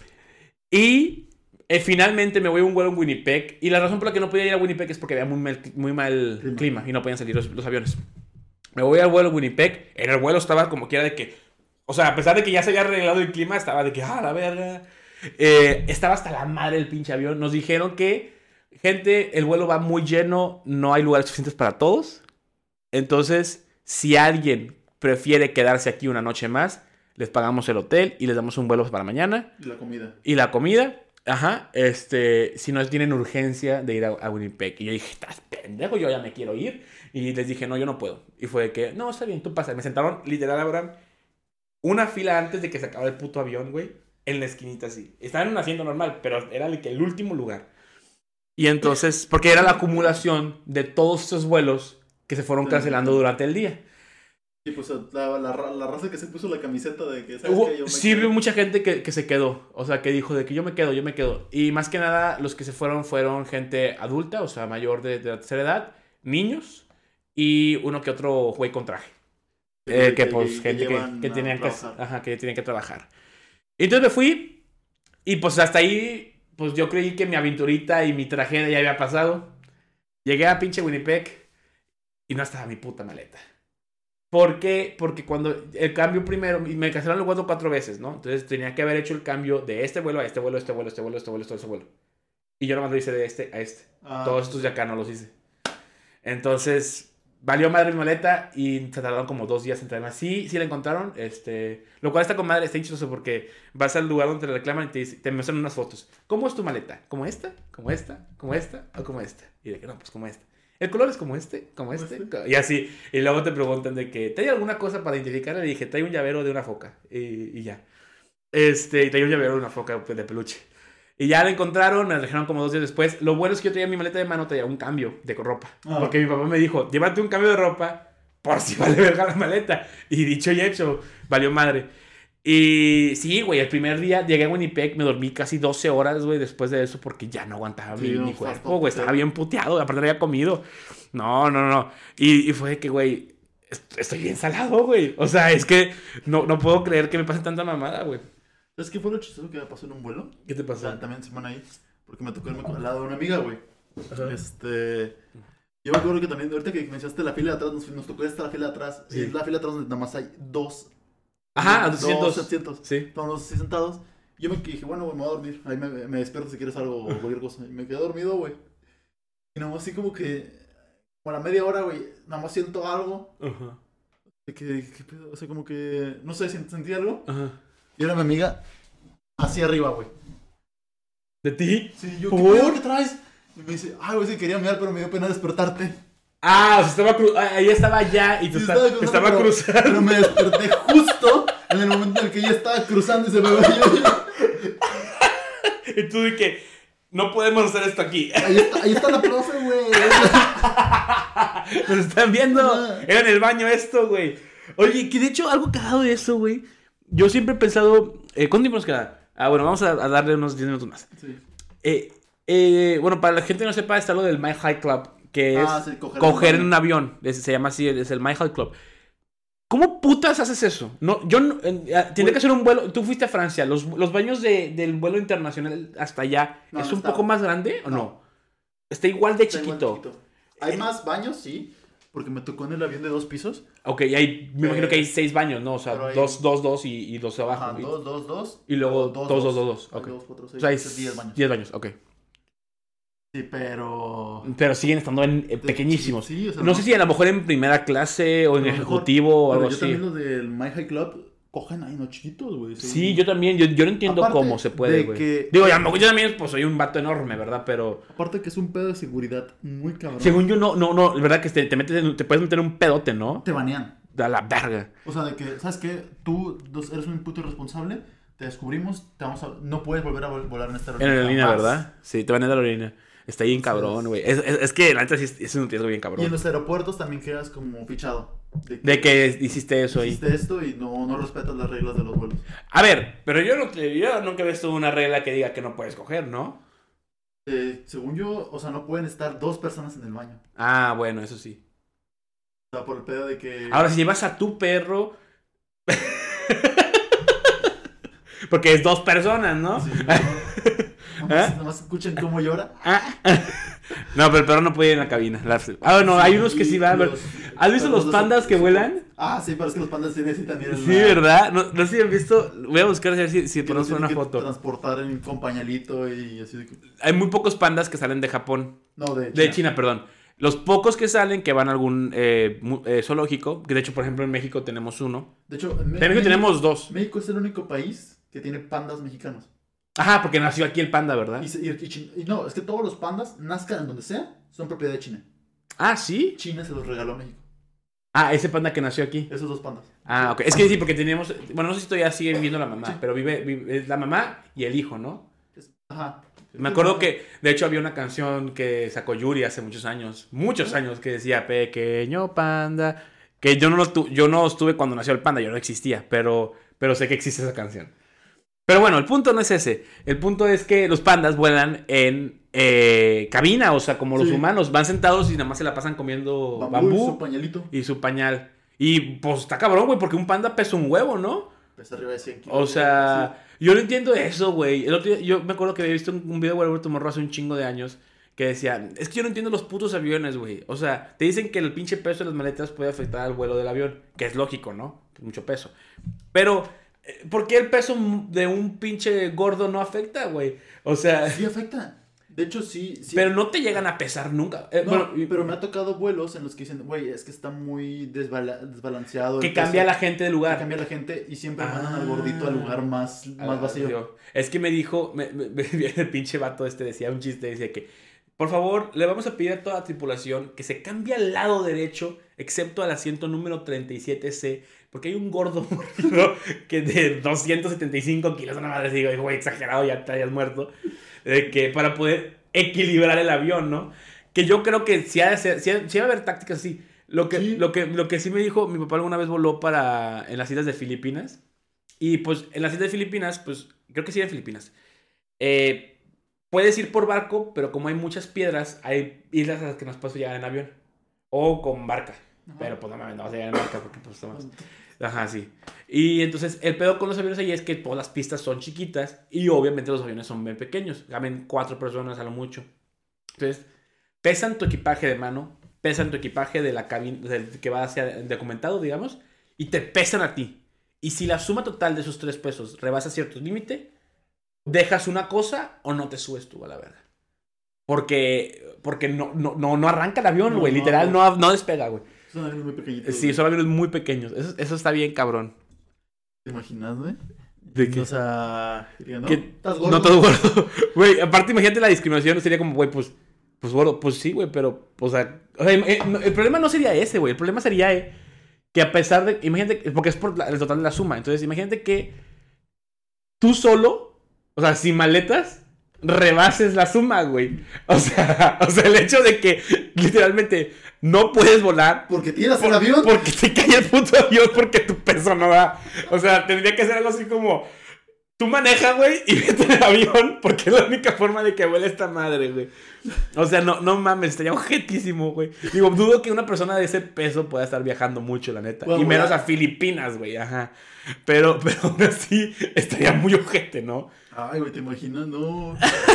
Y finalmente me voy a un vuelo en Winnipeg. Y la razón por la que no podía ir a Winnipeg es porque había muy mal clima y no podían salir los aviones. Me voy al vuelo en Winnipeg. En el vuelo estaba como que era de que... O sea, a pesar de que ya se había arreglado el clima, estaba de que... la verga. Estaba hasta la madre del pinche avión. Nos dijeron que... Gente, el vuelo va muy lleno. No hay lugares suficientes para todos. Entonces, si alguien prefiere quedarse aquí una noche más, les pagamos el hotel y les damos un vuelo para mañana. Y la comida. Ajá. Si no tienen urgencia de ir a Winnipeg. Y yo dije, estás pendejo, yo ya me quiero ir. Y les dije, no, yo no puedo. Y fue de que, no, está bien, tú pasa. Me sentaron, literal, Abraham, una fila antes de que se acabara el puto avión, güey. En la esquinita así. Estaba en un asiento normal, pero era el último lugar. Y entonces, porque era la acumulación de todos esos vuelos que se fueron cancelando durante el día.
Sí, pues la raza que se puso la camiseta de que... ¿sabes
sí, vi mucha gente que se quedó. O sea, que dijo de que yo me quedo. Y más que nada, los que se fueron gente adulta, o sea, mayor de la tercera edad, niños y uno que otro güey con traje. Que pues gente que tenían que trabajar. Y entonces me fui y pues hasta ahí, pues yo creí que mi aventurita y mi tragedia ya había pasado. Llegué a pinche Winnipeg y no estaba mi puta maleta. ¿Por qué? Porque cuando el cambio primero, me cancelaron el vuelo 4 veces, ¿no? Entonces tenía que haber hecho el cambio de este vuelo a este vuelo, este vuelo, este vuelo, este vuelo, este vuelo. Y yo nomás lo hice de este a este. Todos estos de acá no los hice. Entonces, valió madre mi maleta y se tardaron como 2 días en traerme. Sí la encontraron. Lo cual está con madre, está chistoso porque vas al lugar donde te reclaman y te muestran unas fotos. ¿Cómo es tu maleta? ¿Como esta? ¿Como esta? ¿Como esta? ¿O como esta? Y de que no, pues como esta. El color es como este. Y así. Y luego te preguntan de que, ¿trae alguna cosa para identificarla? Y dije, trae un llavero de una foca. Y ya. Y trae un llavero de una foca de peluche. Y ya la encontraron, me la dejaron como 2 días después. Lo bueno es que yo traía mi maleta de mano, traía un cambio de ropa. Porque mi papá me dijo, llévate un cambio de ropa por si vale verga la maleta. Y dicho y hecho, valió madre. Y sí, güey, el primer día llegué a Winnipeg, me dormí casi 12 horas, güey, después de eso, porque ya no aguantaba mi cuerpo, güey, estaba bien puteado, aparte no había comido. No. Y fue de que, güey, estoy bien salado, güey. O sea, es que no puedo creer que me pase tanta mamada, güey.
¿Sabes qué fue lo chistoso que me pasó en un vuelo?
¿Qué te pasó?
También Simón ahí, porque me tocó irme al lado de una amiga, güey. Yo me acuerdo que también, ahorita que mencionaste la fila de atrás, nos tocó esta la fila de atrás. Sí. Es la fila de atrás donde nada más hay 2 asientos. Sí. Estamos así sentados. Yo me dije, bueno, güey, me voy a dormir. Ahí me despierto si quieres algo o cualquier cosa. Y me quedé dormido, güey. Y nada más así como que... Por la media hora, güey, nada más siento algo. De ¿qué pedo? O sea, como que... No sé, sentí algo. Y era mi amiga hacia arriba, güey.
¿De ti?
Sí, yo,
¿Por?
¿qué pedo que traes? Y me dice, güey, sí quería mirar, pero me dio pena despertarte.
Ah, o sea, ella estaba allá y tú
Sí,
estaba cruzando.
Pero me desperté justo en el momento en el que ella estaba cruzando y se me veía.
Y tú de que no podemos hacer esto aquí.
Ahí está la profe, güey.
Nos están viendo. Era en el baño esto, güey. Oye, que de hecho algo cagado de eso, güey. Yo siempre he pensado... ¿Cuánto tiempo nos queda? Bueno, vamos a darle unos 10 minutos más.
Sí.
Bueno, para la gente que no sepa, está lo del My High Club, que es
sí,
coger en un avión. Se llama así, es el My High Club. ¿Cómo putas haces eso? No, yo no, tiene que hacer un vuelo. Tú fuiste a Francia. Los baños del vuelo internacional hasta allá,
No,
¿es
no
un poco más grande o no? Está igual de chiquito.
Hay más baños, sí. Porque me tocó en el avión de 2 pisos.
Ok, me imagino que hay 6 baños, ¿no? O sea,
Pero hay-
2 y 2 abajo.
Ajá, 2.
Y luego 2. Ok.
2, 4, 6,
O sea, hay
10 baños.
10 baños, ok.
Sí, pero...
Pero siguen estando pequeñísimos.
Sí, o sea,
No sé si a lo mejor en primera clase o en
a lo mejor-
ejecutivo o algo
yo
así.
también los del My High Club cogen ahí, no chiquitos, güey.
Sí, yo también. Yo no entiendo
Aparte
cómo se puede,
de
güey.
que-
Digo, a lo mejor yo también pues, soy un vato enorme, ¿verdad? Pero
Aparte que es un pedo de seguridad muy cabrón.
según yo, no. Es verdad que te puedes meter en un pedote, ¿no?
Te banean.
A la verga.
O sea, de que, ¿sabes qué? Tú eres un puto irresponsable, te descubrimos, no puedes volver a volar en esta
En la aerolínea,
jamás.
¿verdad? Sí, te van a dar la aerolínea. Está bien cabrón, güey. Es que la neta sí es un riesgo bien
Y en
cabrón.
los aeropuertos también quedas como fichado.
De que hiciste eso ahí.
hiciste esto y no respetas las reglas de los vuelos.
A ver, pero yo nunca he visto una regla que diga que no puedes coger, ¿no?
Según yo, o sea, no pueden estar 2 personas en el baño.
Ah, bueno, eso sí.
O sea, por el pedo de que...
Ahora, si llevas a tu perro... Porque es 2 personas, ¿no?
Sí, nomás escuchen cómo llora.
No, pero el perro no puede ir en la cabina. No, hay unos que sí van. ¿Has visto los pandas que vuelan?
Ah, sí, pero es que los pandas sí necesitan ir en
Sí, ¿verdad? No sé si han visto. Voy a buscar a ver si
que los
ponemos una
tienen que
foto.
transportar en un pañalito y así de que...
Hay muy pocos pandas que salen de Japón.
No,
De China, perdón. Los pocos que salen que van a algún zoológico. Que de hecho, por ejemplo, en México tenemos uno.
De hecho, en
En México tenemos 2.
México es el único país que tiene pandas mexicanos.
Ajá, porque nació aquí el panda, ¿verdad?
Y no, es que todos los pandas, nazcan en donde sea, son propiedad de China.
Ah, ¿sí?
China se los regaló a México.
Ah, ese panda que nació aquí.
Esos 2 pandas.
Ah, ok. Es que sí, porque teníamos... Bueno, no sé si todavía sigue viviendo la mamá,
Sí.
pero vive la mamá y el hijo, ¿no?
Ajá.
Me acuerdo que, de hecho, había una canción que sacó Yuri hace muchos años, que decía Pequeño Panda, que yo no estuve cuando nació el panda, yo no existía, pero sé que existe esa canción. Pero bueno, el punto no es ese. El punto es que los pandas vuelan en cabina, o sea, como los
Sí.
humanos, van sentados y nada más se la pasan comiendo
Bambú,
bambú
su pañalito.
y su pañal. Y pues está cabrón, güey, porque un panda pesa un huevo, ¿no?
Pesa arriba de 100 kilos.
O sea, yo no entiendo eso, güey. El otro día, yo me acuerdo que había visto un video de Whatever Tomorrow hace un chingo de años que decía, es que yo no entiendo los putos aviones, güey. O sea, te dicen que el pinche peso de las maletas puede afectar al vuelo del avión, que es lógico, ¿no? Que es mucho peso. Pero, ¿por qué el peso de un pinche gordo no afecta, güey? O sea,
Sí afecta. De hecho, sí.
pero no te llegan a pesar nunca.
No,
Bueno,
pero me ha tocado vuelos en los que dicen, güey, es que está muy desbalanceado.
que
el peso,
cambia la gente de
que
lugar.
cambia la gente y siempre mandan al gordito al lugar más vacío.
Digo, es que me dijo, el pinche vato decía un chiste, decía que, por favor, le vamos a pedir a toda la tripulación que se cambie al lado derecho, excepto al asiento número 37C, porque hay un gordo ¿no? que de 275 kilos, una madre, digo, güey, exagerado, ya te hayas muerto, que para poder equilibrar el avión, ¿no? Que yo creo que sí va a haber tácticas así. Lo que sí me dijo, mi papá alguna vez voló en las islas de Filipinas. Y pues en las islas de Filipinas, pues creo que sí en Filipinas. Puedes ir por barco, pero como hay muchas piedras, hay islas a las que nos puedes llegar en avión. O con barca.
Ajá.
Pero pues no mames, no vas a llegar en barca porque pues estamos... Ajá, sí. Y entonces el pedo con los aviones ahí es que todas las pistas son chiquitas y obviamente los aviones son bien pequeños. Caben 4 personas a lo mucho. Entonces, pesan tu equipaje de mano, pesan tu equipaje de la cabina, que va a ser documentado, digamos, y te pesan a ti. Y si la suma total de esos 3 pesos rebasa cierto límite, dejas una cosa o no te subes tú a la verga. Porque no arranca el avión, güey. Literal, no despega, güey.
Son aviones muy pequeñitos.
Sí, son aviones muy pequeños. Eso está bien cabrón.
¿Te imaginas, güey?
¿De qué?
O sea, diga, ¿no?
¿Qué?
¿Estás gordo?
No, estás gordo. Güey, aparte, imagínate la discriminación. Sería como, güey, pues gordo. Pues sí, güey, pero, o sea, el problema no sería ese, güey. El problema sería que a pesar de, imagínate, porque es por el total de la suma. Entonces, imagínate que tú solo, o sea, sin maletas, rebases la suma, güey. O sea, el hecho de que literalmente no puedes volar.
Porque tiras el avión.
Porque te cae el puto avión porque tu peso no da. O sea, tendría que ser algo así como... Tú maneja, güey, y vete en el avión porque es la única forma de que vuele esta madre, güey. O sea, no mames, estaría objetísimo, güey. Digo, dudo que una persona de ese peso pueda estar viajando mucho, la neta.
Bueno,
y menos
volar.
a Filipinas, güey, ajá. Pero aún así estaría muy ojete, ¿no?
Ay, güey, ¿te imaginas? No.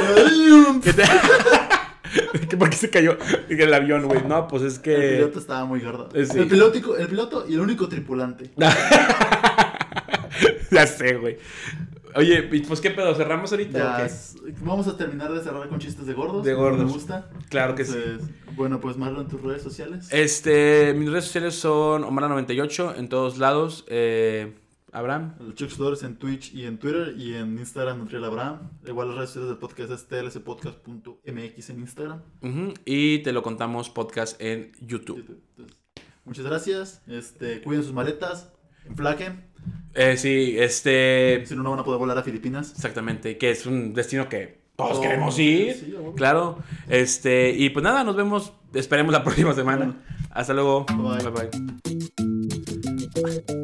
¿Por qué se cayó el avión, güey? No, pues es que...
El piloto estaba muy gordo.
Sí.
El piloto y el único tripulante.
Ya sé, güey. Oye, pues qué pedo, ¿cerramos ahorita
Ya,
o qué?
vamos a terminar de cerrar con chistes de gordos.
De gordos.
Me gusta.
Claro que sí.
Entonces, bueno, pues Marlon, en tus redes sociales.
Mis redes sociales son Omara98 en todos lados. Abraham.
Los Chuck Flores en Twitch y en Twitter y en Instagram Nutriel Abraham. Igual las redes sociales del podcast es tlspodcast.mx en Instagram.
Y te lo contamos podcast en YouTube.
Entonces, muchas gracias. Cuiden sus maletas. Enflaquen.
Sí,
Si no van a poder volar a Filipinas.
exactamente, que es un destino que todos queremos ir.
Sí, bueno.
Claro. Y pues nada, nos vemos. Esperemos la próxima semana.
Bueno.
Hasta luego.
Bye.
Bye.